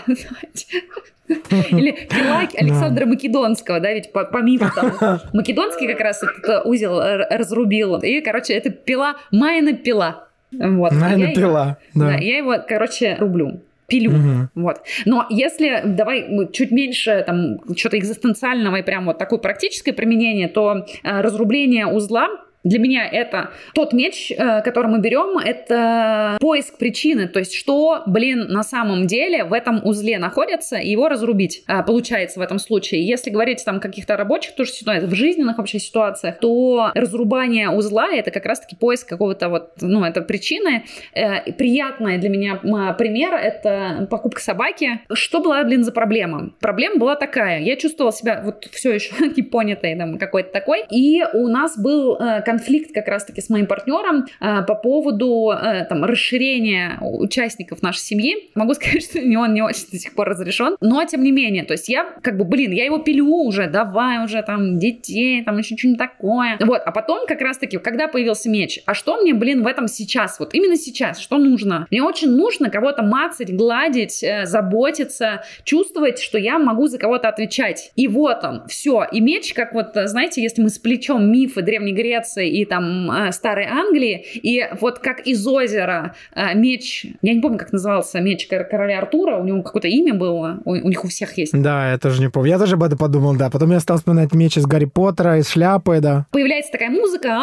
Speaker 2: Или пила Александра Македонского, да, ведь по мифу там Македонский как раз этот узел разрубил. И, короче, это пила, Майна пила. Вот.
Speaker 1: Майна пила, да.
Speaker 2: Я его, рублю. Пилю. Вот. Но если, давай чуть меньше там что-то экзистенциального и прям вот такое практическое применение, то разрубление узла для меня это тот меч, который мы берем, это поиск причины, то есть что, на самом деле в этом узле находится, и его разрубить получается в этом случае. Если говорить там о каких-то рабочих тоже ситуациях, в жизненных вообще ситуациях, то разрубание узла — это как раз-таки поиск какого-то это причины. Приятный для меня пример — это покупка собаки. Что была, за проблема? Проблема была такая. Я чувствовала себя все еще непонятой там какой-то такой, и у нас был конфликт как раз-таки с моим партнером по поводу расширения участников нашей семьи. Могу сказать, что он не очень до сих пор разрешен, но тем не менее, то есть я я его пилю уже, давай уже там детей, там еще что-нибудь такое. Вот, а потом как раз-таки, когда появился меч, а что мне, в этом сейчас, вот именно сейчас, что нужно? Мне очень нужно кого-то мацать, гладить, заботиться, чувствовать, что я могу за кого-то отвечать. И вот он, все. И меч, как знаете, если мы сплечем мифы Древней Греции и там Старой Англии, и вот как из озера меч, я не помню, как назывался меч короля Артура, у него какое-то имя было, у них у всех есть.
Speaker 1: Да, я тоже не помню. Я тоже об этом подумал, да. Потом я стал вспоминать меч из Гарри Поттера, из шляпы, да.
Speaker 2: Появляется такая музыка,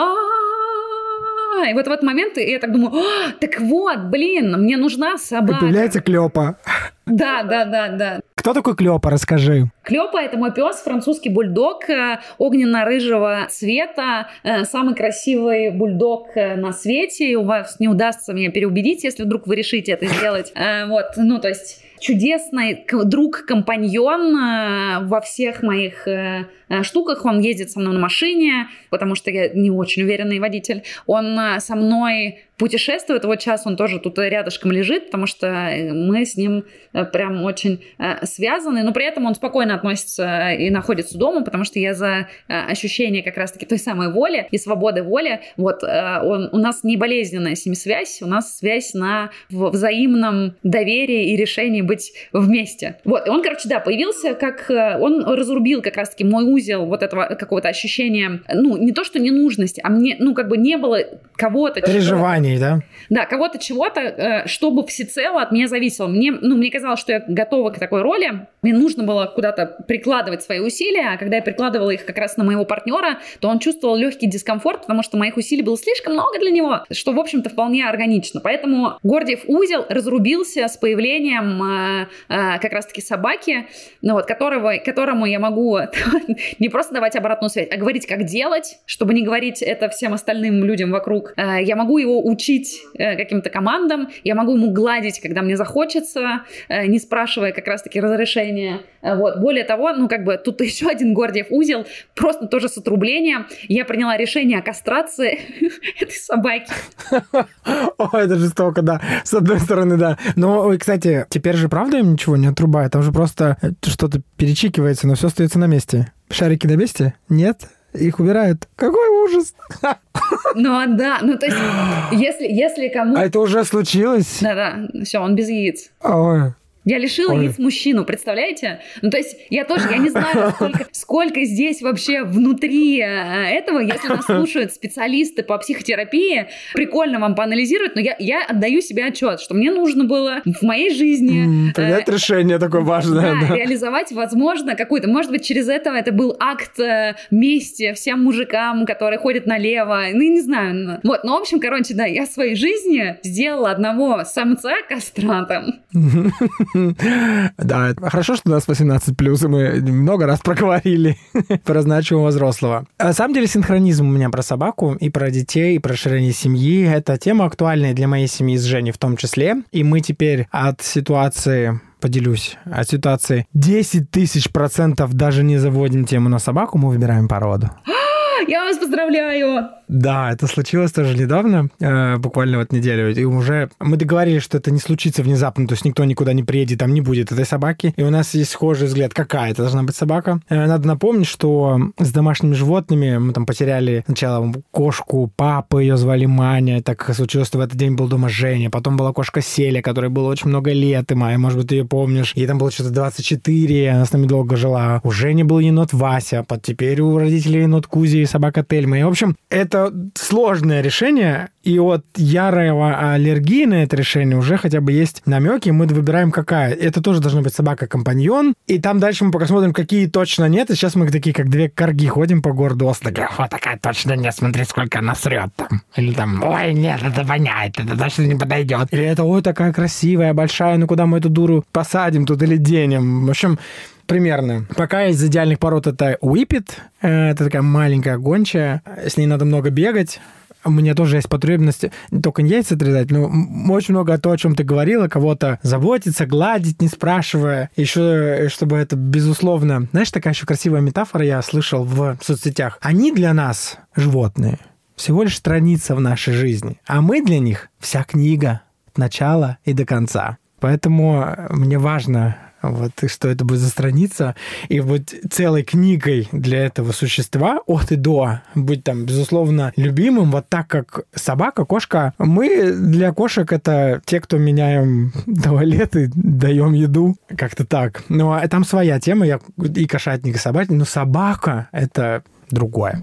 Speaker 2: и вот в этот момент я так думаю, так вот, мне нужна собака.
Speaker 1: И появляется Клёпа.
Speaker 2: Да.
Speaker 1: Кто такой Клёпа, расскажи.
Speaker 2: Клёпа — это мой пес, французский бульдог, огненно-рыжего цвета, самый красивый бульдог на свете. У вас не удастся меня переубедить, если вдруг вы решите это сделать. То есть чудесный друг, компаньон во всех моих штуках. Он ездит со мной на машине, потому что я не очень уверенный водитель. Он со мной путешествует. Вот сейчас он тоже тут рядышком лежит, потому что мы с ним прям очень связаны. Но при этом он спокойно относится и находится дома, потому что я за ощущение как раз-таки той самой воли и свободы воли. У нас не болезненная с ним связь, у нас связь на взаимном доверии и решении быть вместе. И он, появился, как он разрубил как раз-таки мой узел вот этого какого-то ощущения, не то что ненужности, а мне, не было кого-то...
Speaker 1: Переживаний, да?
Speaker 2: Да, кого-то чего-то, чтобы всецело от меня зависело. Мне казалось, что я готова к такой роли. Мне нужно было куда-то прикладывать свои усилия, а когда я прикладывала их как раз на моего партнера, то он чувствовал легкий дискомфорт, потому что моих усилий было слишком много для него, что, в общем-то, вполне органично. Поэтому Гордиев узел разрубился с появлением как раз-таки собаки, которому я могу не просто давать обратную связь, а говорить, как делать, чтобы не говорить это всем остальным людям вокруг. Я могу его учить каким-то командам, я могу ему гладить, когда мне захочется, не спрашивая как раз-таки разрешения. Более того, тут еще один Гордиев узел, просто тоже с отрублением. Я приняла решение о кастрации этой собаки.
Speaker 1: Это жестоко, да. С одной стороны, да. Но, кстати, теперь же правда им ничего не отрубает? Там же просто что-то перечикивается, но все остается на месте. Шарики на месте? Нет? Их убирают. Какой ужас!
Speaker 2: То есть, если кому...
Speaker 1: А это уже случилось?
Speaker 2: Да, все, он без яиц.
Speaker 1: Ой.
Speaker 2: Я лишила яиц мужчину, представляете? То есть я не знаю, сколько здесь вообще внутри этого, если нас слушают специалисты по психотерапии, прикольно вам поанализировать, но я отдаю себе отчет, что мне нужно было в моей жизни...
Speaker 1: принять решение такое важное.
Speaker 2: Да, реализовать, возможно, какую-то... Может быть, через это был акт мести всем мужикам, которые ходят налево, не знаю. Но, в общем, я в своей жизни сделала одного самца кастратом.
Speaker 1: Да, хорошо, что у нас 18+, и мы много раз проговорили про значимого взрослого. На самом деле синхронизм у меня про собаку и про детей, и про расширение семьи. Это тема актуальная для моей семьи с Женей в том числе. И мы теперь от ситуации... Поделюсь. От ситуации 10 000% даже не заводим тему на собаку, мы выбираем породу.
Speaker 2: Я вас поздравляю!
Speaker 1: Да, это случилось тоже недавно, буквально вот неделю. И уже мы договорились, что это не случится внезапно, то есть никто никуда не приедет, там не будет этой собаки. И у нас есть схожий взгляд, какая это должна быть собака. Надо напомнить, что с домашними животными мы там потеряли сначала кошку папы, ее звали Маня. Так случилось, что в этот день был дома Женя. Потом была кошка Селя, которой было очень много лет, и Майя, может быть, ты ее помнишь. Ей там было что-то 24, она с нами долго жила. У Жени был енот Вася, теперь у родителей енот Кузи и собака Тельма. И, в общем, это сложное решение, и от ярого аллергии на это решение уже хотя бы есть намеки, мы выбираем какая. Это тоже должна быть собака-компаньон, и там дальше мы пока смотрим, какие точно нет, и сейчас мы такие, как две корги, ходим по городу Осло, вот такая точно нет, смотри, сколько она срет там. Или там, ой, нет, это воняет, это точно не подойдет. Или это, ой, такая красивая, большая, ну куда мы эту дуру посадим тут или денем. В общем, примерно. Пока из идеальных пород это Whippet, это такая маленькая гончая, с ней надо много бегать. У меня тоже есть потребность не только яйца отрезать, но очень много того, о чем ты говорила, кого-то заботиться, гладить, не спрашивая. Еще, чтобы это, безусловно... Знаешь, такая еще красивая метафора я слышал в соцсетях. Они для нас, животные, всего лишь страница в нашей жизни, а мы для них вся книга от начала и до конца. Поэтому мне важно... Вот, что это будет за страница, и вот целой книгой для этого существа от и до быть там, безусловно, любимым, вот так как собака, кошка. Мы для кошек это те, кто меняем туалеты, даем еду, как-то так. Но там своя тема, я и кошатник, и собачник, но собака — это другое.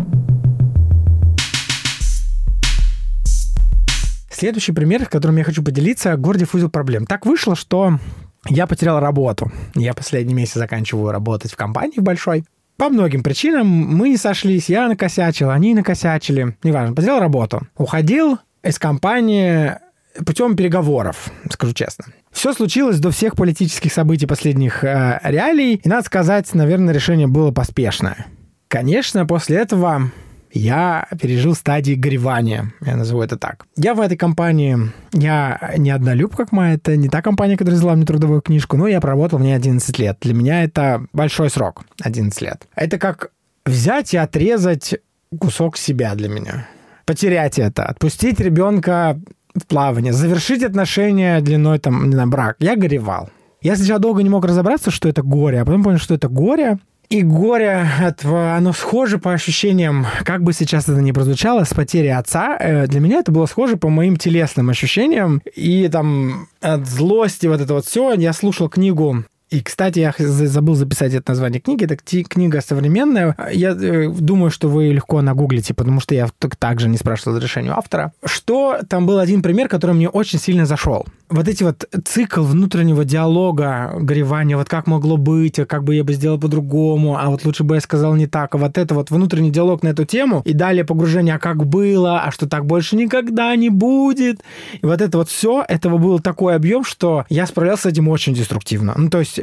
Speaker 1: Следующий пример, которым я хочу поделиться, Гордиев узел проблем. Так вышло, что я потерял работу. Я последний месяц заканчиваю работать в компании большой. По многим причинам мы не сошлись. Я накосячил, они накосячили. Неважно, потерял работу. Уходил из компании путем переговоров, скажу честно. Все случилось до всех политических событий последних реалий. И, надо сказать, наверное, решение было поспешное. Конечно, после этого... я пережил стадии горевания, я назову это так. Я в этой компании, я не однолюб, как Майя, это не та компания, которая взяла мне трудовую книжку, но я проработал в ней 11 лет. Для меня это большой срок, 11 лет. Это как взять и отрезать кусок себя для меня. Потерять это, отпустить ребенка в плавание, завершить отношения длиной там, на брак. Я горевал. Я сначала долго не мог разобраться, что это горе, а потом понял, что это горе. И горе, оно схоже по ощущениям, как бы сейчас это ни прозвучало, с потерей отца. Для меня это было схоже по моим телесным ощущениям. И там от злости вот это вот все. Я слушал книгу. И, кстати, я забыл записать это название книги. Это книга современная. Я думаю, что вы легко нагуглите, потому что я также не спрашивал разрешения автора. Что там был один пример, который мне очень сильно зашел. Вот эти вот цикл внутреннего диалога, горевания, вот как могло быть, как бы я бы сделал по-другому, а вот лучше бы я сказал не так, а вот это вот внутренний диалог на эту тему, и далее погружение, а как было, а что так больше никогда не будет. И вот это вот все, этого был такой объем, что я справлялся с этим очень деструктивно. Ну, то есть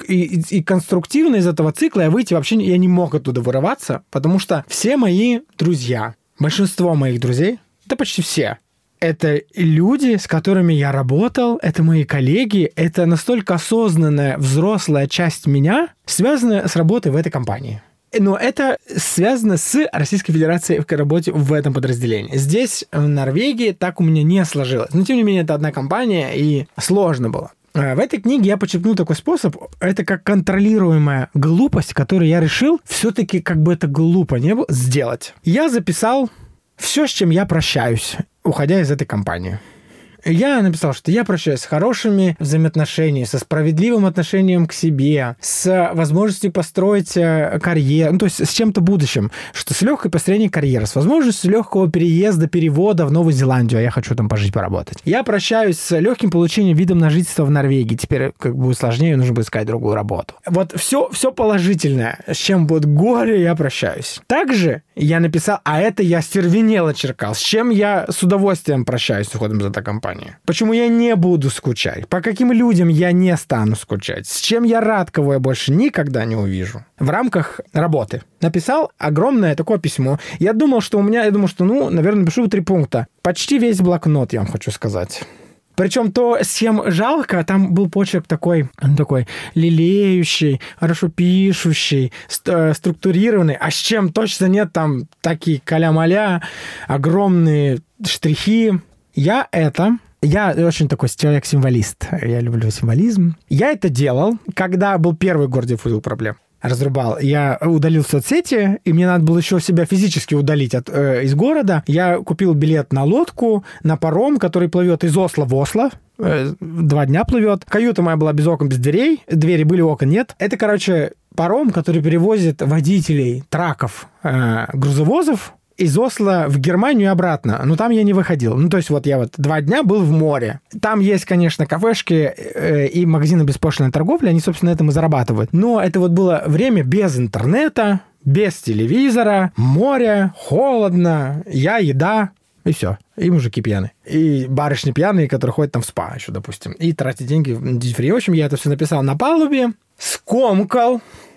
Speaker 1: и конструктивно из этого цикла я выйти вообще я не мог оттуда вырываться, потому что все мои друзья, большинство моих друзей, да почти все, это люди, с которыми я работал, это мои коллеги, это настолько осознанная взрослая часть меня, связанная с работой в этой компании. Но это связано с Российской Федерацией в работе в этом подразделении. Здесь, в Норвегии, так у меня не сложилось. Но, тем не менее, это одна компания, и сложно было. В этой книге я подчеркнул такой способ. Это как контролируемая глупость, которую я решил все-таки, как бы это глупо не было, сделать. Я записал все, с чем я прощаюсь, уходя из этой компании. Я написал, что я прощаюсь с хорошими взаимоотношениями, со справедливым отношением к себе, с возможностью построить карьеру, ну, то есть с чем-то будущим, что с легкой построением карьеры, с возможностью легкого переезда, перевода в Новую Зеландию, а я хочу там пожить, поработать. Я прощаюсь с легким получением видом на жительство в Норвегии, теперь как бы сложнее, нужно будет искать другую работу. Вот все положительное, с чем будет горе, я прощаюсь. Также я написал, а это я стервенело черкал, с чем я с удовольствием прощаюсь с уходом из этой компании. переживания? Почему я не буду скучать? По каким людям я не стану скучать? С чем я рад, кого я больше никогда не увижу? В рамках работы написал огромное такое письмо. Я думал, что, наверное, напишу 3 пункта. Почти весь блокнот, я вам хочу сказать. Причем то, с чем жалко, там был почерк такой лелеющий, хорошо пишущий, структурированный, а с чем точно нет, там такие каля-маля, огромные штрихи. Я очень такой человек-символист, я люблю символизм. Я это делал, когда был первый Гордиев узел проблем. Разрубал. Я удалил соцсети, и мне надо было еще себя физически удалить из города. Я купил билет на лодку, на паром, который плывет из Осло в Осло. 2 дня плывет. Каюта моя была без окон, без дверей. Двери были, окон нет. Это, паром, который перевозит водителей траков, грузовозов из Осло в Германию и обратно. Но там я не выходил. Я 2 дня был в море. Там есть, конечно, кафешки и магазины беспошлиной торговли. Они, собственно, этим и зарабатывают. Но это было время без интернета, без телевизора, море, холодно, еда. И все. И мужики пьяные. И барышни пьяные, которые ходят там в спа еще, допустим. И тратят деньги в duty-free. В общем, я это все написал на палубе, скомкал,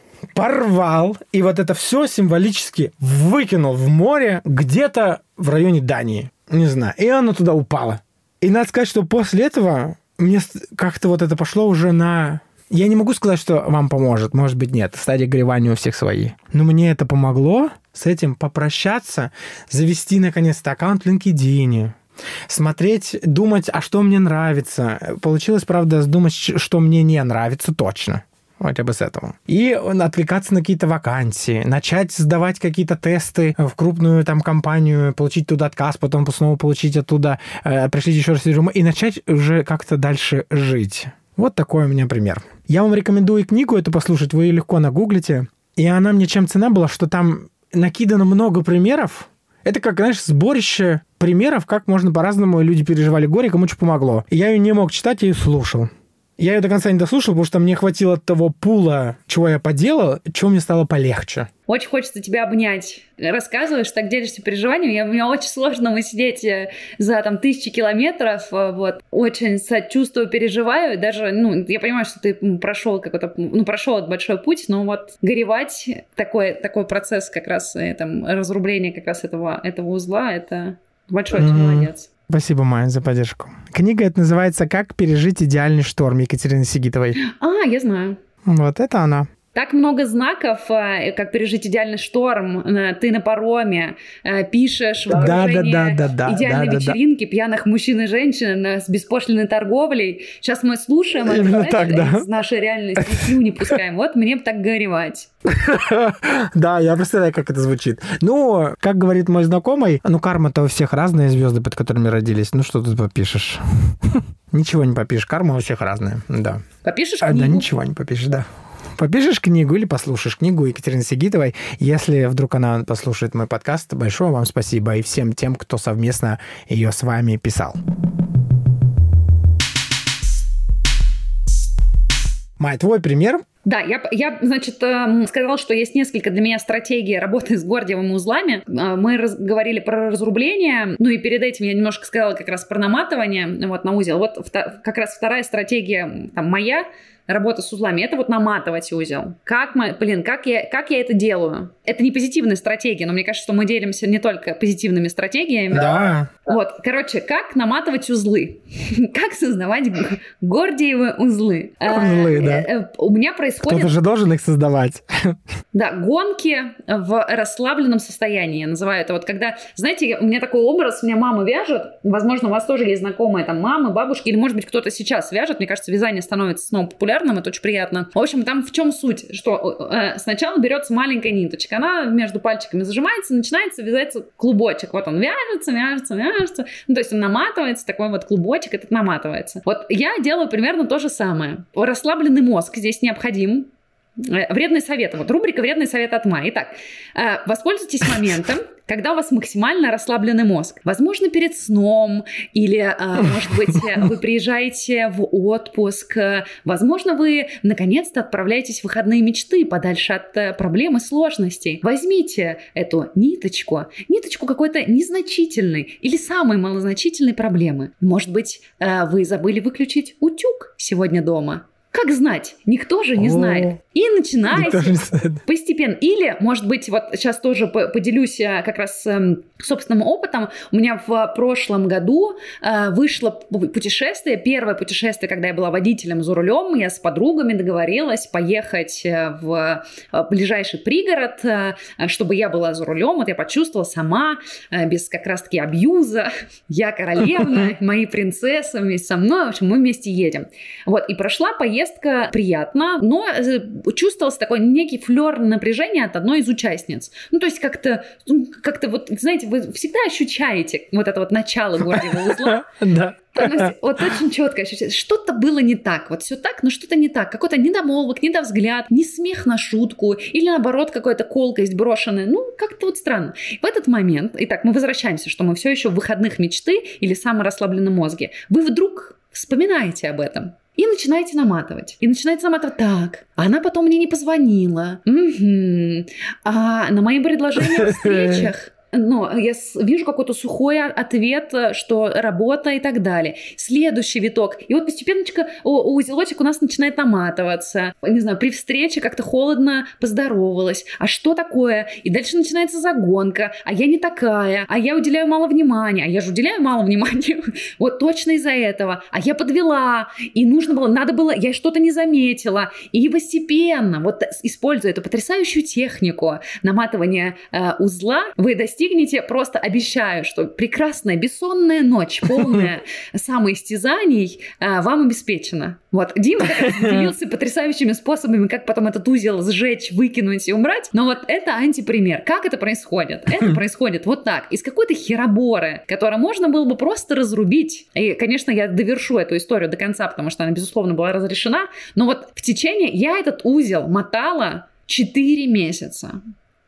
Speaker 1: порвал, и это все символически выкинул в море где-то в районе Дании. Не знаю. И оно туда упало. И надо сказать, что после этого мне как-то это пошло уже на... Я не могу сказать, что вам поможет. Может быть, нет. Стадия горевания у всех свои. Но мне это помогло с этим попрощаться, завести, наконец-то, аккаунт в LinkedIn, смотреть, думать, а что мне нравится. Получилось, правда, думать, что мне не нравится точно. Хотя бы с этого. И отвлекаться на какие-то вакансии, начать сдавать какие-то тесты в крупную компанию, получить туда отказ, потом снова получить оттуда, пришлите еще раз резюме, и начать уже как-то дальше жить. Вот такой у меня пример. Я вам рекомендую книгу эту послушать, вы ее легко нагуглите. И она мне чем цена была, что там накидано много примеров. Это как, сборище примеров, как можно по-разному люди переживали горе, кому что помогло. И я ее не мог читать, я ее слушал. Я ее до конца не дослушал, потому что мне хватило того пула, чего я поделал, чего мне стало полегче.
Speaker 2: Очень хочется тебя обнять. Рассказываешь, так делишься переживаниями. Мне очень сложно сидеть за 1000 километров. Очень сочувствую, переживаю. Даже, я понимаю, что ты прошел прошел большой путь, но горевать, такой процесс как раз, разрубление как раз этого узла, это большой молодец.
Speaker 1: Спасибо, Майя, за поддержку. Книга эта называется «Как пережить идеальный шторм» Екатерины Сигитовой.
Speaker 2: Я знаю.
Speaker 1: Вот это она.
Speaker 2: Так много знаков, как пережить идеальный шторм. Ты на пароме пишешь в окружении идеальной вечеринки, пьяных мужчин и женщин с беспошлиной торговлей. Сейчас мы слушаем из нашей реальности, слюни пускаем. Мне бы так горевать.
Speaker 1: Да, я представляю, как это звучит. Как говорит мой знакомый, карма-то у всех разная, звезды, под которыми родились. Что тут попишешь? Ничего не попишешь, карма у всех разная, да.
Speaker 2: Попишешь книгу?
Speaker 1: Да, ничего не попишешь, да. Попишешь книгу или послушаешь книгу Екатерины Сигитовой. Если вдруг она послушает мой подкаст, большое вам спасибо и всем тем, кто совместно ее с вами писал. Май, твой пример?
Speaker 2: Да, я сказала, что есть несколько для меня стратегий работы с Гордиевыми узлами. Мы говорили про разрубление, и перед этим я немножко сказала как раз про наматывание на узел. Как раз вторая стратегия моя, работа с узлами, это наматывать узел. Как я это делаю? Это не позитивная стратегия, но мне кажется, что мы делимся не только позитивными стратегиями.
Speaker 1: Да.
Speaker 2: Как наматывать узлы? Как создавать Гордиевы узлы?
Speaker 1: Узлы, да.
Speaker 2: У меня происходит...
Speaker 1: Кто-то же должен их создавать.
Speaker 2: Да, гонки в расслабленном состоянии, я называю это. Когда, знаете, у меня такой образ, у меня мама вяжет, возможно, у вас тоже есть знакомые мамы, бабушки, или, может быть, кто-то сейчас вяжет. Мне кажется, вязание становится снова популярным, это очень приятно. В общем, там в чем суть? Что сначала берется маленькая ниточка, она между пальчиками зажимается, начинается вязаться клубочек. Он вяжется. То есть он наматывается, такой клубочек этот наматывается. Я делаю примерно то же самое. Расслабленный мозг здесь необходим. Вредные советы. Вот рубрика «Вредные советы от Майи». Итак, воспользуйтесь моментом, когда у вас максимально расслабленный мозг. Возможно, перед сном, или, может быть, вы приезжаете в отпуск, возможно, вы наконец-то отправляетесь в выходные мечты подальше от проблем и сложностей. Возьмите эту ниточку какой-то незначительной или самой малозначительной проблемы. Может быть, вы забыли выключить утюг сегодня дома? Как знать? Никто же не знает. И начинайте постепенно. Или, может быть, вот сейчас тоже поделюсь как раз собственным опытом. У меня в прошлом году вышло путешествие, первое путешествие, когда я была водителем за рулем. Я с подругами договорилась поехать в ближайший пригород, чтобы я была за рулем. Вот я почувствовала сама, без как раз-таки абьюза. Я королевна, мои принцессы вместе со мной. В общем, мы вместе едем. Вот, и прошла поездка приятно, но чувствовался такой некий флёр напряжения от одной из участниц. Ну, то есть как-то вот, знаете, вы всегда ощущаете вот это вот начало гордиевого узла.
Speaker 1: Да.
Speaker 2: Вот очень четко ощущается. Что-то было не так. Вот все так, но что-то не так. Какой-то недомолвок, недовзгляд, не смех на шутку или, наоборот, какая-то колкость брошенная. Ну, как-то вот странно. В этот момент, итак, мы возвращаемся, что мы все еще в выходных мечты или саморасслабленном мозге. Вы вдруг вспоминаете об этом. И начинаете наматывать. Так, она потом мне не позвонила. А на мои предложения о встречах... Но я вижу какой-то сухой ответ, что работа и так далее. Следующий виток. И вот постепенно узелочек у нас начинает наматываться. Не знаю, при встрече как-то холодно поздоровалась. А что такое? И дальше начинается загонка. А я не такая. А я уделяю мало внимания. А я же уделяю мало внимания. Вот точно из-за этого. А я подвела. И надо было, я что-то не заметила. И постепенно, вот используя эту потрясающую технику наматывания узла, вы достигнете, просто обещаю, что прекрасная бессонная ночь, полная самоистязаний, вам обеспечена. Вот, Дима делился потрясающими способами, как потом этот узел сжечь, выкинуть и убрать, но вот это антипример. Как это происходит? Это происходит вот так, из какой-то хероборы, которую можно было бы просто разрубить. И, конечно, я довершу эту историю до конца, потому что она, безусловно, была разрешена, но вот в течение, я этот узел мотала 4 месяца.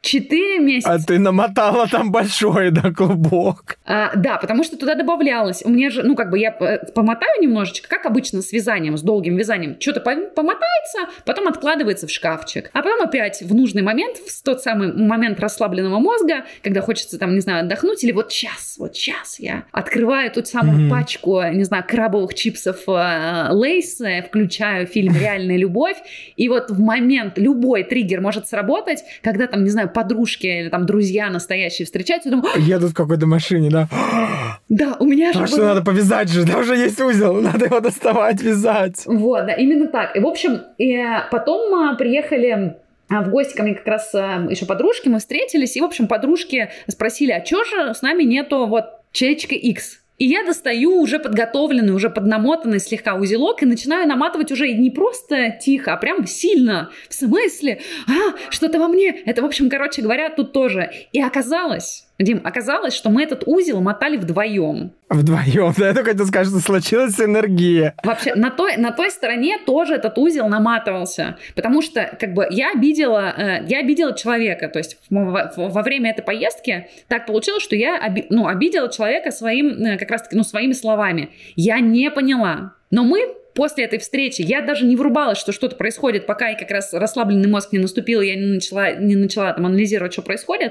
Speaker 2: 4 месяца.
Speaker 1: А ты намотала там большой, да, клубок.
Speaker 2: Да, потому что туда добавлялось. У меня же, я помотаю немножечко, как обычно с вязанием, с долгим вязанием. Что-то помотается, потом откладывается в шкафчик. А потом опять в нужный момент, в тот самый момент расслабленного мозга, когда хочется там, не знаю, отдохнуть, или вот сейчас я открываю ту самую пачку, не знаю, крабовых чипсов Лейс, включаю фильм «Реальная любовь», и вот в момент любой триггер может сработать, когда там, не знаю, подружки или там друзья настоящие встречаются, и думаю...
Speaker 1: Едут в какой-то машине, да?
Speaker 2: Да, у меня же...
Speaker 1: А что надо повязать же? Там уже есть узел, надо его доставать, вязать.
Speaker 2: Вот, да, именно так. И, в общем, потом приехали... в гости ко мне как раз еще подружки, мы встретились, и, в общем, подружки спросили, а чё же с нами нету вот человечка X? И я достаю уже подготовленный, уже поднамотанный слегка узелок и начинаю наматывать уже не просто тихо, а прям сильно. В смысле? Что-то во мне. Это, в общем, короче говоря, тут тоже. И оказалось, Дим, что мы этот узел мотали вдвоем.
Speaker 1: Вдвоем, да, я только хотел сказать, что случилась синергия.
Speaker 2: Вообще, на той стороне тоже этот узел наматывался, потому что, я обидела человека, то есть во время этой поездки так получилось, что я обидела человека своими словами. Я не поняла, но мы после этой встречи, я даже не врубалась, что что-то происходит, пока и как раз расслабленный мозг не наступил, я не начала там анализировать, что происходит,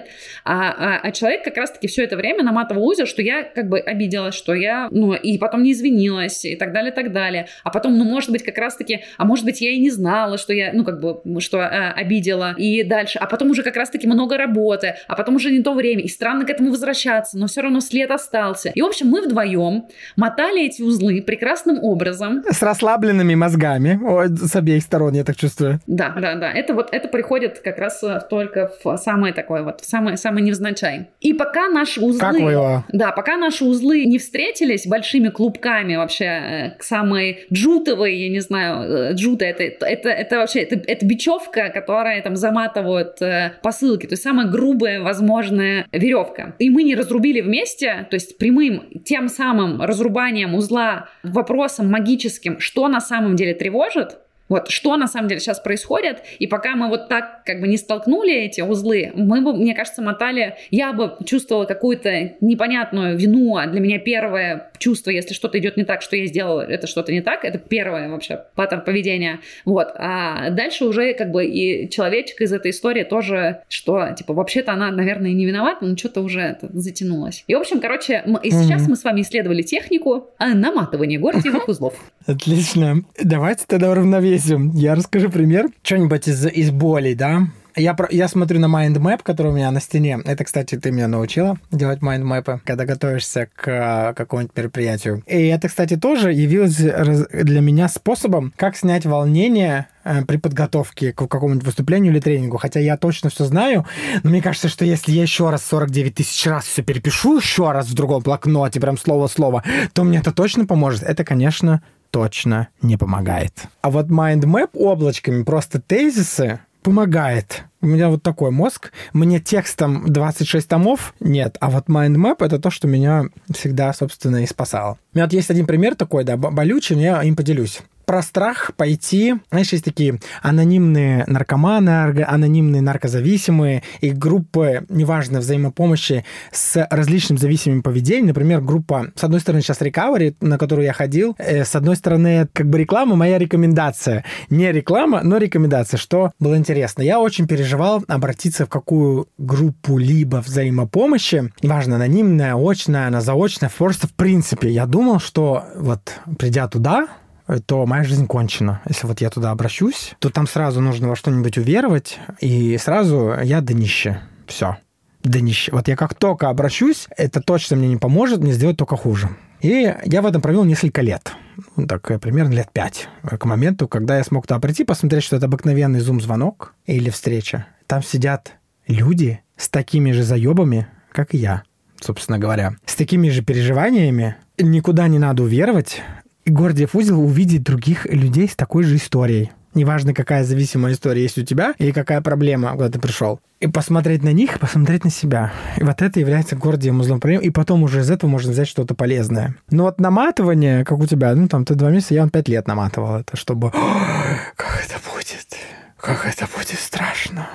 Speaker 2: а человек как раз-таки все это время наматывал узел, что я обиделась, что я, и потом не извинилась, и так далее, и так далее. А потом, может быть, как раз-таки, может быть, я и не знала, что я, что обидела, и дальше. А потом уже как раз-таки много работы, а потом уже не то время, и странно к этому возвращаться, но все равно след остался. И, в общем, мы вдвоем мотали эти узлы прекрасным образом.
Speaker 1: С расслабленными мозгами с обеих сторон, я так чувствую.
Speaker 2: Да. Это приходит как раз только в самое такое вот, самый невзначай. И пока наши узлы...
Speaker 1: Как вы его?
Speaker 2: Да, пока наши узлы не встретились большими клубками вообще к самой джутовой, я не знаю, джута это вообще, это бечевка, которая там заматывают посылки, то есть самая грубая возможная веревка. И мы не разрубили вместе, то есть прямым тем самым разрубанием узла вопросом магическим, что на самом деле тревожит, Вот что на самом деле сейчас происходит, и пока мы вот так как бы не столкнули эти узлы, мы бы, мне кажется, мотали, я бы чувствовала какую-то непонятную вину, а для меня первое чувство, если что-то идет не так, что я сделала, это что-то не так, это первое вообще паттерн поведения, вот, а дальше уже как бы и человечек из этой истории тоже, что, типа, вообще-то она, наверное, не виновата, но что-то уже это затянулось. И, в общем, короче, и сейчас мы с вами исследовали технику наматывания гордиевых узлов.
Speaker 1: Отлично. Давайте тогда уравновесим. Я расскажу пример. Что-нибудь из болей, да? Я смотрю на майндмэп, который у меня на стене. Это, кстати, ты меня научила делать майндмэпы, когда готовишься к какому-нибудь мероприятию. И это, кстати, тоже явилось для меня способом, как снять волнение при подготовке к какому-нибудь выступлению или тренингу. Хотя я точно все знаю, но мне кажется, что если я еще раз 49 тысяч раз все перепишу, еще раз в другом блокноте, прям слово в слово, то мне это точно поможет. Это, конечно, точно не помогает. А вот майндмэп облачками, просто тезисы, помогает. У меня вот такой мозг. Мне текстом 26 томов нет, а вот майндмэп — это то, что меня всегда, собственно, и спасало. У меня вот есть один пример такой, да, болючий, но я им поделюсь. Про страх пойти, знаешь, есть такие анонимные наркоманы, анонимные наркозависимые и группы, неважно, взаимопомощи с различным зависимым поведением. Например, группа, с одной стороны, сейчас Recovery, на которую я ходил, с одной стороны, как бы реклама, моя рекомендация. Не реклама, но рекомендация, что было интересно. Я очень переживал обратиться в какую группу либо взаимопомощи, неважно, анонимная, очная, она заочная, просто в принципе. Я думал, что вот придя туда, то моя жизнь кончена. Если вот я туда обращусь, то там сразу нужно во что-нибудь уверовать, и сразу я днище. Все. Днище. Вот я как только обращусь, это точно мне не поможет, мне сделать только хуже. И я в этом провел несколько лет. Так, примерно лет 5. К моменту, когда я смог туда прийти, посмотреть, что это обыкновенный зум-звонок или встреча. Там сидят люди с такими же заебами, как и я, собственно говоря. С такими же переживаниями. Никуда не надо уверовать. И Гордиев узел увидеть других людей с такой же историей. Неважно, какая зависимая история есть у тебя или какая проблема, куда ты пришел. И посмотреть на них, посмотреть на себя. И вот это является Гордиевым узлом проблем. И потом уже из этого можно взять что-то полезное. Но вот наматывание, как у тебя, ну там ты 2 месяца, я 5 лет наматывал это, чтобы... Как это будет? Как это будет страшно.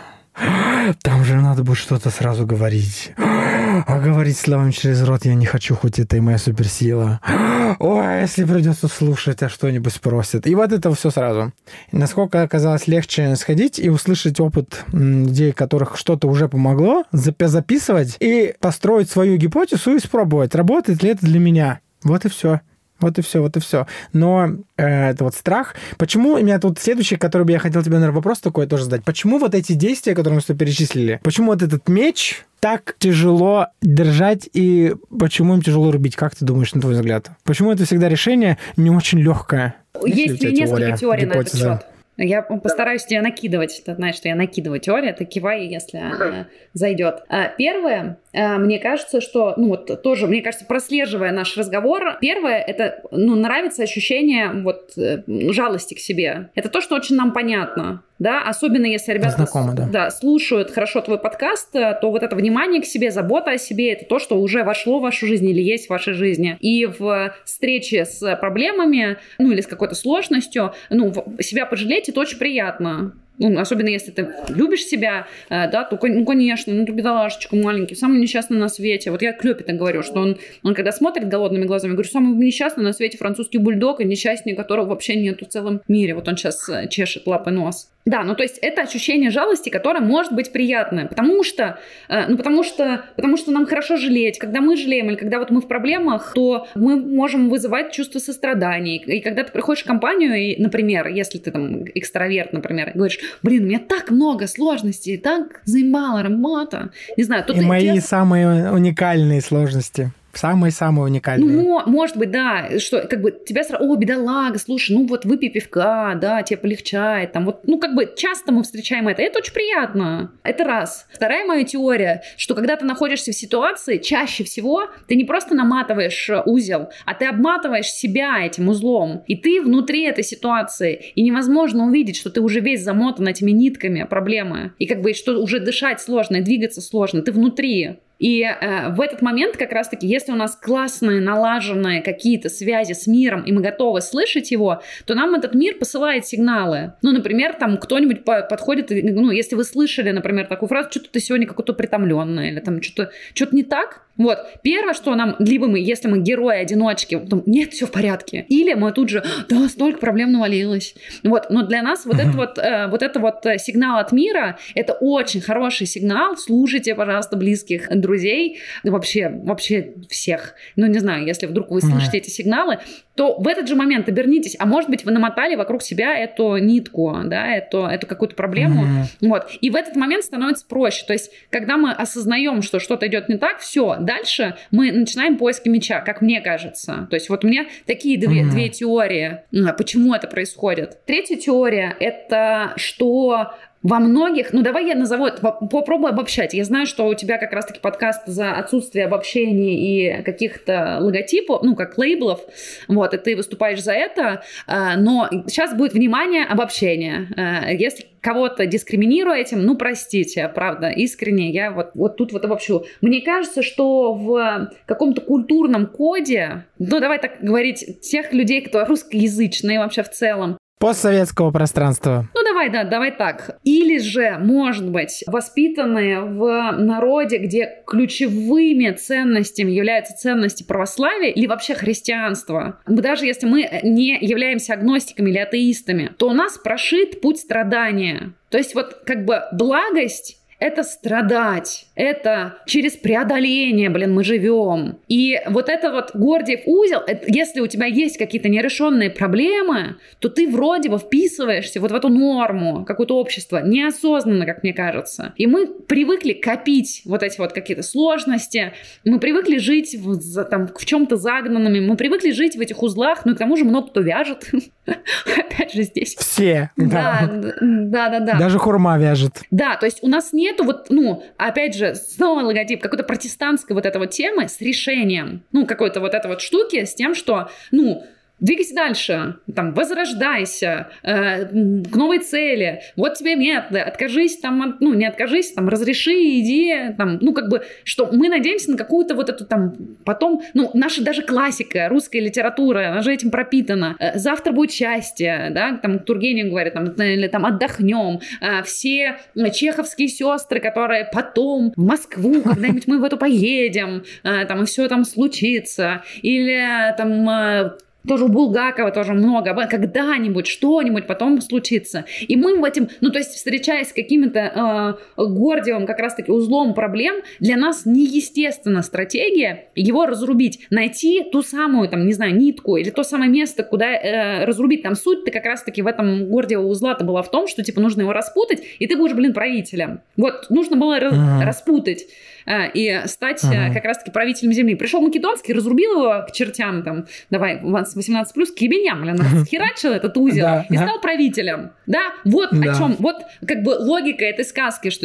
Speaker 1: Там же надо будет что-то сразу говорить. А говорить словами через рот я не хочу, хоть это и моя суперсила. Ой, если придется слушать, а что-нибудь спросят. И вот это все сразу. И насколько оказалось легче сходить и услышать опыт людей, которых что-то уже помогло, записывать и построить свою гипотезу и испробовать, работает ли это для меня. Вот и все. Вот и все, вот и все. Но это вот страх. Почему, у меня тут следующий, который бы я хотел тебе, наверное, вопрос такой тоже задать. Почему вот эти действия, которые мы с тобой перечислили, почему вот этот меч так тяжело держать и почему им тяжело рубить? Как ты думаешь, на твой взгляд? Почему это всегда решение не очень легкое?
Speaker 2: Есть несколько теорий на этот счет. Я постараюсь тебе накидывать. Ты знаешь, что я накидываю теорию, ты кивай, если зайдет. Первое, мне кажется, что, ну вот тоже, мне кажется, прослеживая наш разговор, первое, это, ну, нравится ощущение вот жалости к себе. Это то, что очень нам понятно. Да, особенно если ребята слушают хорошо твой подкаст, то вот это внимание к себе, забота о себе, это то, что уже вошло в вашу жизнь или есть в вашей жизни. И в встрече с проблемами, ну или с какой-то сложностью, ну, себя пожалеть, это очень приятно. Ну, особенно если ты любишь себя, да, то, ну, конечно, ну, ты бедолашечка маленький, самый несчастный на свете. Вот я Клёпе так говорю, что он когда смотрит голодными глазами, говорю, самый несчастный на свете французский бульдог, и несчастнее которого вообще нету в целом мире. Вот он сейчас чешет лапой нос. Да, ну то есть это ощущение жалости, которое может быть приятное, потому что нам хорошо жалеть. Когда мы жалеем или когда вот мы в проблемах, то мы можем вызывать чувство сострадания. И когда ты приходишь в компанию, и, например, если ты там экстраверт, например, и говоришь, блин, у меня так много сложностей, так заебала работа. Не знаю,
Speaker 1: и мои самые уникальные сложности. Самые-самые уникальные.
Speaker 2: Ну, может быть, да, что как бы тебя сразу, о, бедолага, слушай, ну вот выпей пивка, да, тебе полегчает, там вот, ну как бы часто мы встречаем это очень приятно, это раз. Вторая моя теория, что когда ты находишься в ситуации, чаще всего ты не просто наматываешь узел, а ты обматываешь себя этим узлом, и ты внутри этой ситуации, и невозможно увидеть, что ты уже весь замотан этими нитками проблемы, и как бы что уже дышать сложно, и двигаться сложно, ты внутри. И в этот момент как раз-таки, если у нас классные, налаженные какие-то связи с миром, и мы готовы слышать его, то нам этот мир посылает сигналы. Ну, например, там кто-нибудь подходит, ну, если вы слышали, например, такую фразу, что-то ты сегодня какой-то притомленный, или там что-то не так. Вот. Первое, что нам, либо мы, если мы герои-одиночки, то нет, все в порядке. Или мы тут же, да, столько проблем навалилось. Вот. Но для нас вот это вот сигнал от мира, это очень хороший сигнал. Слушайте, пожалуйста, близких, друзей, вообще всех. Ну, не знаю, если вдруг вы слышите эти сигналы, то в этот же момент обернитесь, а может быть, вы намотали вокруг себя эту нитку, да, эту какую-то проблему. Вот. И в этот момент становится проще. То есть, когда мы осознаем, что что-то идет не так, все, дальше мы начинаем поиски мяча, как мне кажется. То есть, вот у меня такие две теории, почему это происходит. Третья теория — это что... Во многих, ну давай я назову, попробуй обобщать. Я знаю, что у тебя как раз-таки подкаст за отсутствие обобщений и каких-то логотипов, ну как лейблов, вот, и ты выступаешь за это, но сейчас будет, внимание, обобщение. Если кого-то дискриминирую этим, ну простите, правда, искренне, я вот тут вот обобщу. Мне кажется, что в каком-то культурном коде, ну давай так говорить, тех людей, кто русскоязычные вообще в целом,
Speaker 1: постсоветского пространства.
Speaker 2: Ну, давай так. Или же, может быть, воспитанные в народе, где ключевыми ценностями являются ценности православия или вообще христианства. Даже если мы не являемся агностиками или атеистами, то у нас прошит путь страдания. То есть вот как бы благость — это страдать, это через преодоление, мы живем. И вот это вот Гордиев узел, если у тебя есть какие-то нерешенные проблемы, то ты вроде бы вписываешься вот в эту норму, какое-то общество, неосознанно, как мне кажется. И мы привыкли копить вот эти вот какие-то сложности, мы привыкли жить в чем-то загнанными, мы привыкли жить в этих узлах, ну и к тому же много кто вяжет. Опять же здесь.
Speaker 1: Все.
Speaker 2: Да.
Speaker 1: Даже хурма вяжет.
Speaker 2: Да, то есть у нас нету опять же, снова логотип какой-то протестантской вот этой вот темы с решением, какой-то вот этой вот штуки с тем, что, двигайся дальше, возрождайся к новой цели. Вот тебе методы. Откажись не откажись, разреши, иди, что мы надеемся на какую-то вот эту потом, наша даже классика, русская литература, она же этим пропитана. Завтра будет счастье, да, Тургенев говорит, или отдохнем. Все чеховские сестры, которые потом в Москву, когда-нибудь мы в эту поедем, и все случится. Или тоже у Булгакова тоже много, когда-нибудь, что-нибудь потом случится. И мы в этом, то есть встречаясь с каким-то Гордиевым как раз-таки узлом проблем, для нас неестественна стратегия его разрубить, найти ту самую, нитку или то самое место, куда разрубить. Там суть-то как раз-таки в этом Гордиева узла-то была в том, что, нужно его распутать, и ты будешь, правителем. Вот, нужно было распутать и стать как раз-таки правителем земли. Пришел Македонский, разрубил его к чертям, давай, у вас 18+, к ебеням, расхерачил этот узел и стал правителем. Да, вот о чем, вот как бы логика этой сказки, что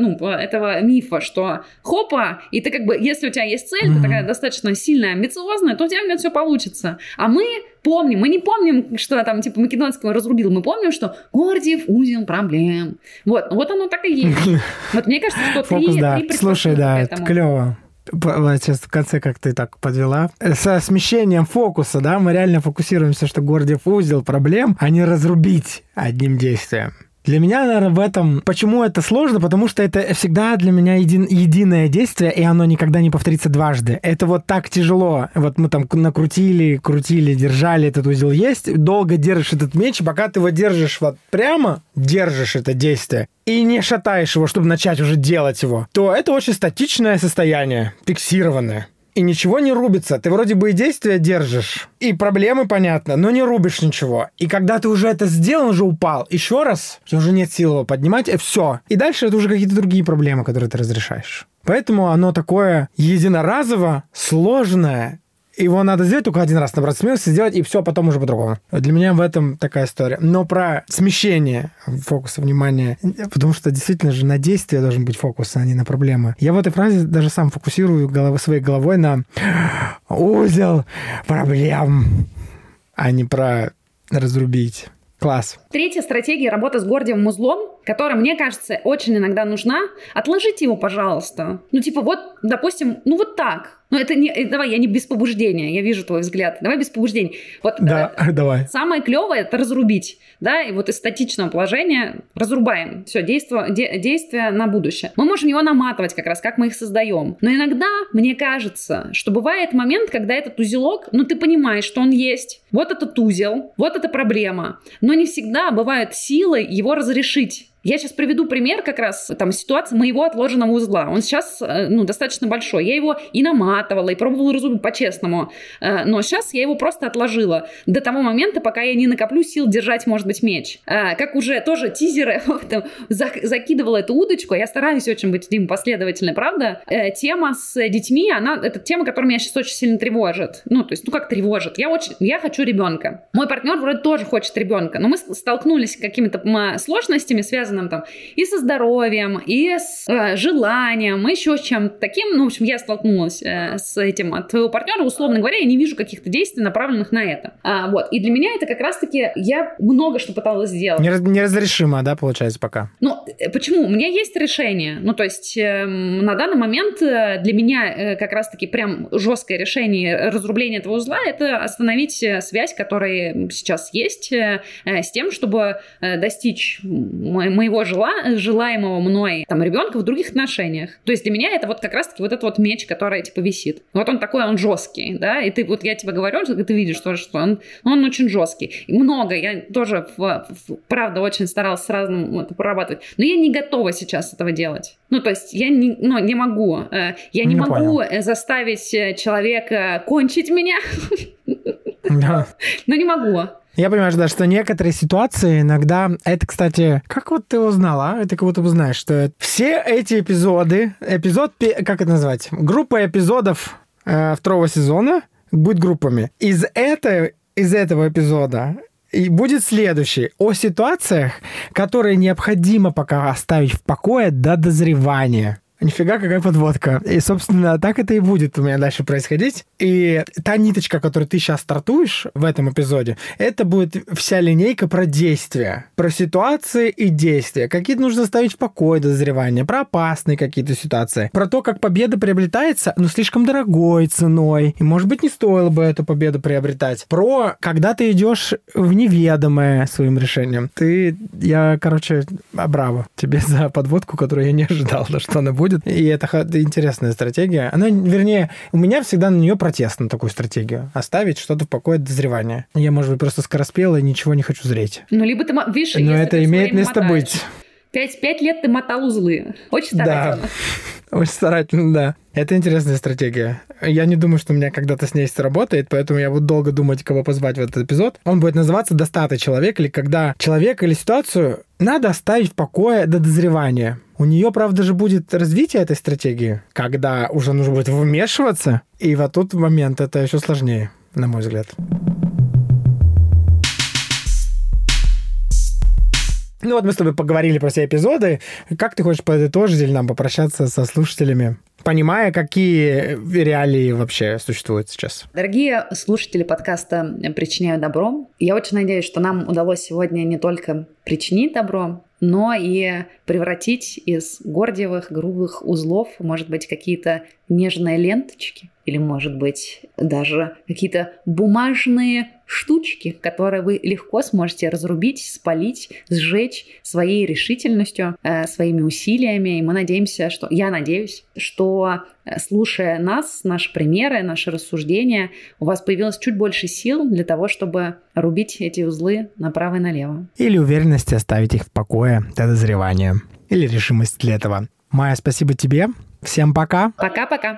Speaker 2: этого мифа, что хопа, и ты если у тебя есть цель, ты такая достаточно сильная, амбициозная, то у тебя все получится. А мы не помним, что Македонского разрубил, мы помним, что Гордиев узел проблем. Вот оно так и есть. Вот мне кажется, что три предпосылки.
Speaker 1: Слушай, да, это клево. Сейчас в конце как ты так подвела. Со смещением фокуса, да, мы реально фокусируемся, что Гордиев узел проблем, а не разрубить одним действием. Для меня, наверное, в этом... Почему это сложно? Потому что это всегда для меня единое действие, и оно никогда не повторится дважды. Это вот так тяжело. Вот мы накрутили, крутили, держали, этот узел есть, долго держишь этот меч, и пока ты его держишь прямо, держишь это действие, и не шатаешь его, чтобы начать уже делать его, то это очень статичное состояние, фиксированное. И ничего не рубится. Ты вроде бы и действия держишь, и проблемы, понятно, но не рубишь ничего. И когда ты уже это сделал, уже упал, еще раз, уже нет сил его поднимать, и все. И дальше это уже какие-то другие проблемы, которые ты разрешаешь. Поэтому оно такое единоразово, сложное. Его надо сделать только один раз, набраться смелости, сделать, и все, потом уже по-другому. Для меня в этом такая история. Но про смещение фокуса внимания, потому что действительно же на действие должен быть фокус, а не на проблемы. Я в этой фразе даже сам фокусирую своей головой на узел проблем, а не про разрубить. Класс.
Speaker 2: Третья стратегия работы с гордиевым узлом, которая, мне кажется, очень иногда нужна. Отложите его, пожалуйста. Вот, допустим, вот так. Это не... Давай, я не без побуждения, я вижу твой взгляд. Давай без побуждения.
Speaker 1: Давай.
Speaker 2: Самое клевое – это разрубить. Да, и из статичного положения разрубаем. Все, действие на будущее. Мы можем его наматывать как раз, как мы их создаем. Но иногда, мне кажется, что бывает момент, когда этот узелок, ты понимаешь, что он есть. Вот этот узел, вот эта проблема. Но не всегда бывают силы его разрешить. Я сейчас приведу пример как раз ситуации моего отложенного узла. Он сейчас достаточно большой. Я его и наматывала, и пробовала разрубить по-честному. Но сейчас я его просто отложила до того момента, пока я не накоплю сил держать, может быть, меч. Как уже тоже тизеры закидывала эту удочку. Я стараюсь очень быть, Дим, последовательной, правда? Тема с детьми, это тема, которая меня сейчас очень сильно тревожит. Как тревожит? Я хочу ребенка. Мой партнер вроде тоже хочет ребенка. Но мы столкнулись с какими-то сложностями, связанными и со здоровьем, и с желанием, и еще с чем-то таким. В общем, я столкнулась с этим от твоего партнера, условно говоря, я не вижу каких-то действий, направленных на это. И для меня это как раз-таки я много что пыталась сделать.
Speaker 1: Неразрешимо, да, получается, пока?
Speaker 2: Почему? У меня есть решение. На данный момент для меня как раз-таки прям жесткое решение разрубления этого узла — это остановить связь, которая сейчас есть, с тем, чтобы достичь моего желаемого мной ребенка в других отношениях. То есть для меня это как раз-таки этот меч, который висит. Он такой, он жесткий, да, и я тебе говорю, ты видишь тоже, что он очень жесткий. И много, я тоже, правда, очень старалась сразу это прорабатывать, но я не готова сейчас этого делать. Я не могу. Я не могу заставить человека кончить меня. Но не могу.
Speaker 1: Я понимаю, что некоторые ситуации иногда... Это, кстати, как ты узнала? Это как будто бы знаешь, что все эти эпизоды... Как это назвать? Группа эпизодов второго сезона будет группами. Из этого эпизода и будет следующий. О ситуациях, которые необходимо пока оставить в покое до дозревания. Нифига, какая подводка. И, собственно, так это и будет у меня дальше происходить. И та ниточка, которую ты сейчас стартуешь в этом эпизоде, это будет вся линейка про действия, про ситуации и действия. Какие нужно ставить в покое до дозревания, про опасные какие-то ситуации, про то, как победа приобретается, слишком дорогой ценой, и, может быть, не стоило бы эту победу приобретать. Про когда ты идешь в неведомое своим решением. Браво тебе за подводку, которую я не ожидал, что она будет. И это интересная стратегия. У меня всегда на нее протест, на такую стратегию. Оставить что-то в покое до дозревания. Я, может быть, просто скороспела и ничего не хочу зреть.
Speaker 2: Либо ты, видишь,
Speaker 1: но это имеет место быть.
Speaker 2: 5 лет ты мотал узлы. Очень старательно.
Speaker 1: Да, очень старательно, да. Это интересная стратегия. Я не думаю, что у меня когда-то с ней сработает, поэтому я буду долго думать, кого позвать в этот эпизод. Он будет называться «Достатый человек», или когда человека или ситуацию надо оставить в покое до дозревания. У нее, правда же, будет развитие этой стратегии, когда уже нужно будет вмешиваться, и вот тут момент это еще сложнее, на мой взгляд. Мы с тобой поговорили про все эпизоды. Как ты хочешь подытожить или нам попрощаться со слушателями, понимая, какие реалии вообще существуют сейчас?
Speaker 2: Дорогие слушатели подкаста «Причиняю добро», я очень надеюсь, что нам удалось сегодня не только причинить добро, но и превратить из гордиевых, грубых узлов, может быть, какие-то нежные ленточки, или, может быть, даже какие-то бумажные штучки, которые вы легко сможете разрубить, спалить, сжечь своей решительностью, своими усилиями. И мы надеемся, я надеюсь, что, слушая нас, наши примеры, наши рассуждения, у вас появилось чуть больше сил для того, чтобы рубить эти узлы направо и налево.
Speaker 1: Или уверенности оставить их в покое до дозревания. Или решимость для этого. Майя, спасибо тебе. Всем пока.
Speaker 2: Пока-пока.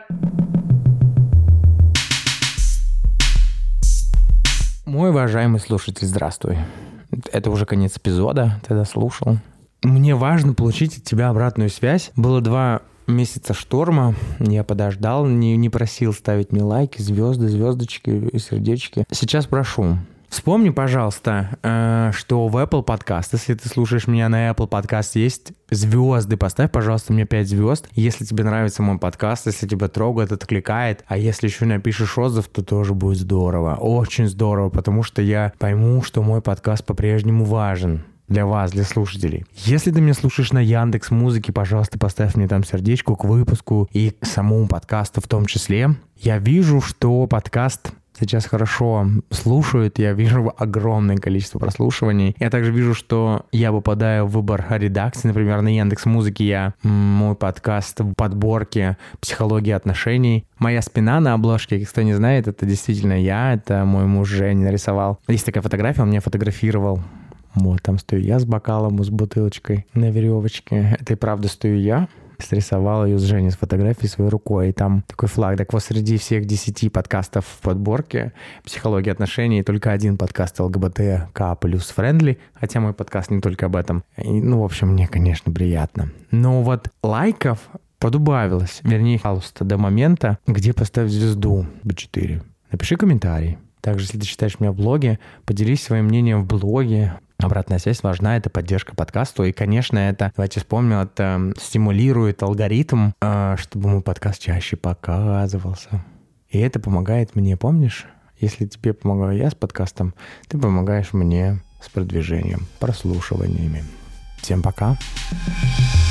Speaker 1: Мой уважаемый слушатель, здравствуй. Это уже конец эпизода, ты дослушал. Мне важно получить от тебя обратную связь. Было 2 месяца шторма, я подождал, не просил ставить мне лайки, звезды, звездочки и сердечки. Сейчас прошу. Вспомни, пожалуйста, что в Apple Podcast, если ты слушаешь меня на Apple Podcast, есть звезды. Поставь, пожалуйста, мне 5 звезд. Если тебе нравится мой подкаст, если тебя трогает, откликает, а если еще напишешь отзыв, то тоже будет здорово. Очень здорово, потому что я пойму, что мой подкаст по-прежнему важен. Для вас, для слушателей. Если ты меня слушаешь на Яндекс.Музыке, пожалуйста, поставь мне там сердечко к выпуску и к самому подкасту в том числе. Я вижу, что подкаст сейчас хорошо слушают, я вижу огромное количество прослушиваний. Я также вижу, что я попадаю в выбор редакции. Например, на Яндекс.Музыке мой подкаст в подборке «Психология отношений». Моя спина на обложке, кто не знает, это действительно я, это мой муж Женя нарисовал. Есть такая фотография, он меня фотографировал. Вот, там стою я с бокалом, с бутылочкой на веревочке. Это и правда стою я. Срисовал ее с Женей с фотографией своей рукой. И там такой флаг. Так вот, среди всех 10 подкастов в подборке «Психология отношений» только один подкаст ЛГБТК плюс френдли. Хотя мой подкаст не только об этом. И, в общем, мне, конечно, приятно. Но вот лайков подубавилось. Вернее, пожалуйста, до момента, где поставить звезду B4. Напиши комментарий. Также, если ты читаешь меня в блоге, поделись своим мнением в блоге. Обратная связь важна, это поддержка подкасту. И, конечно, это, давайте вспомним, это стимулирует алгоритм, чтобы мой подкаст чаще показывался. И это помогает мне, помнишь? Если тебе помогаю я с подкастом, ты помогаешь мне с продвижением, прослушиваниями. Всем пока!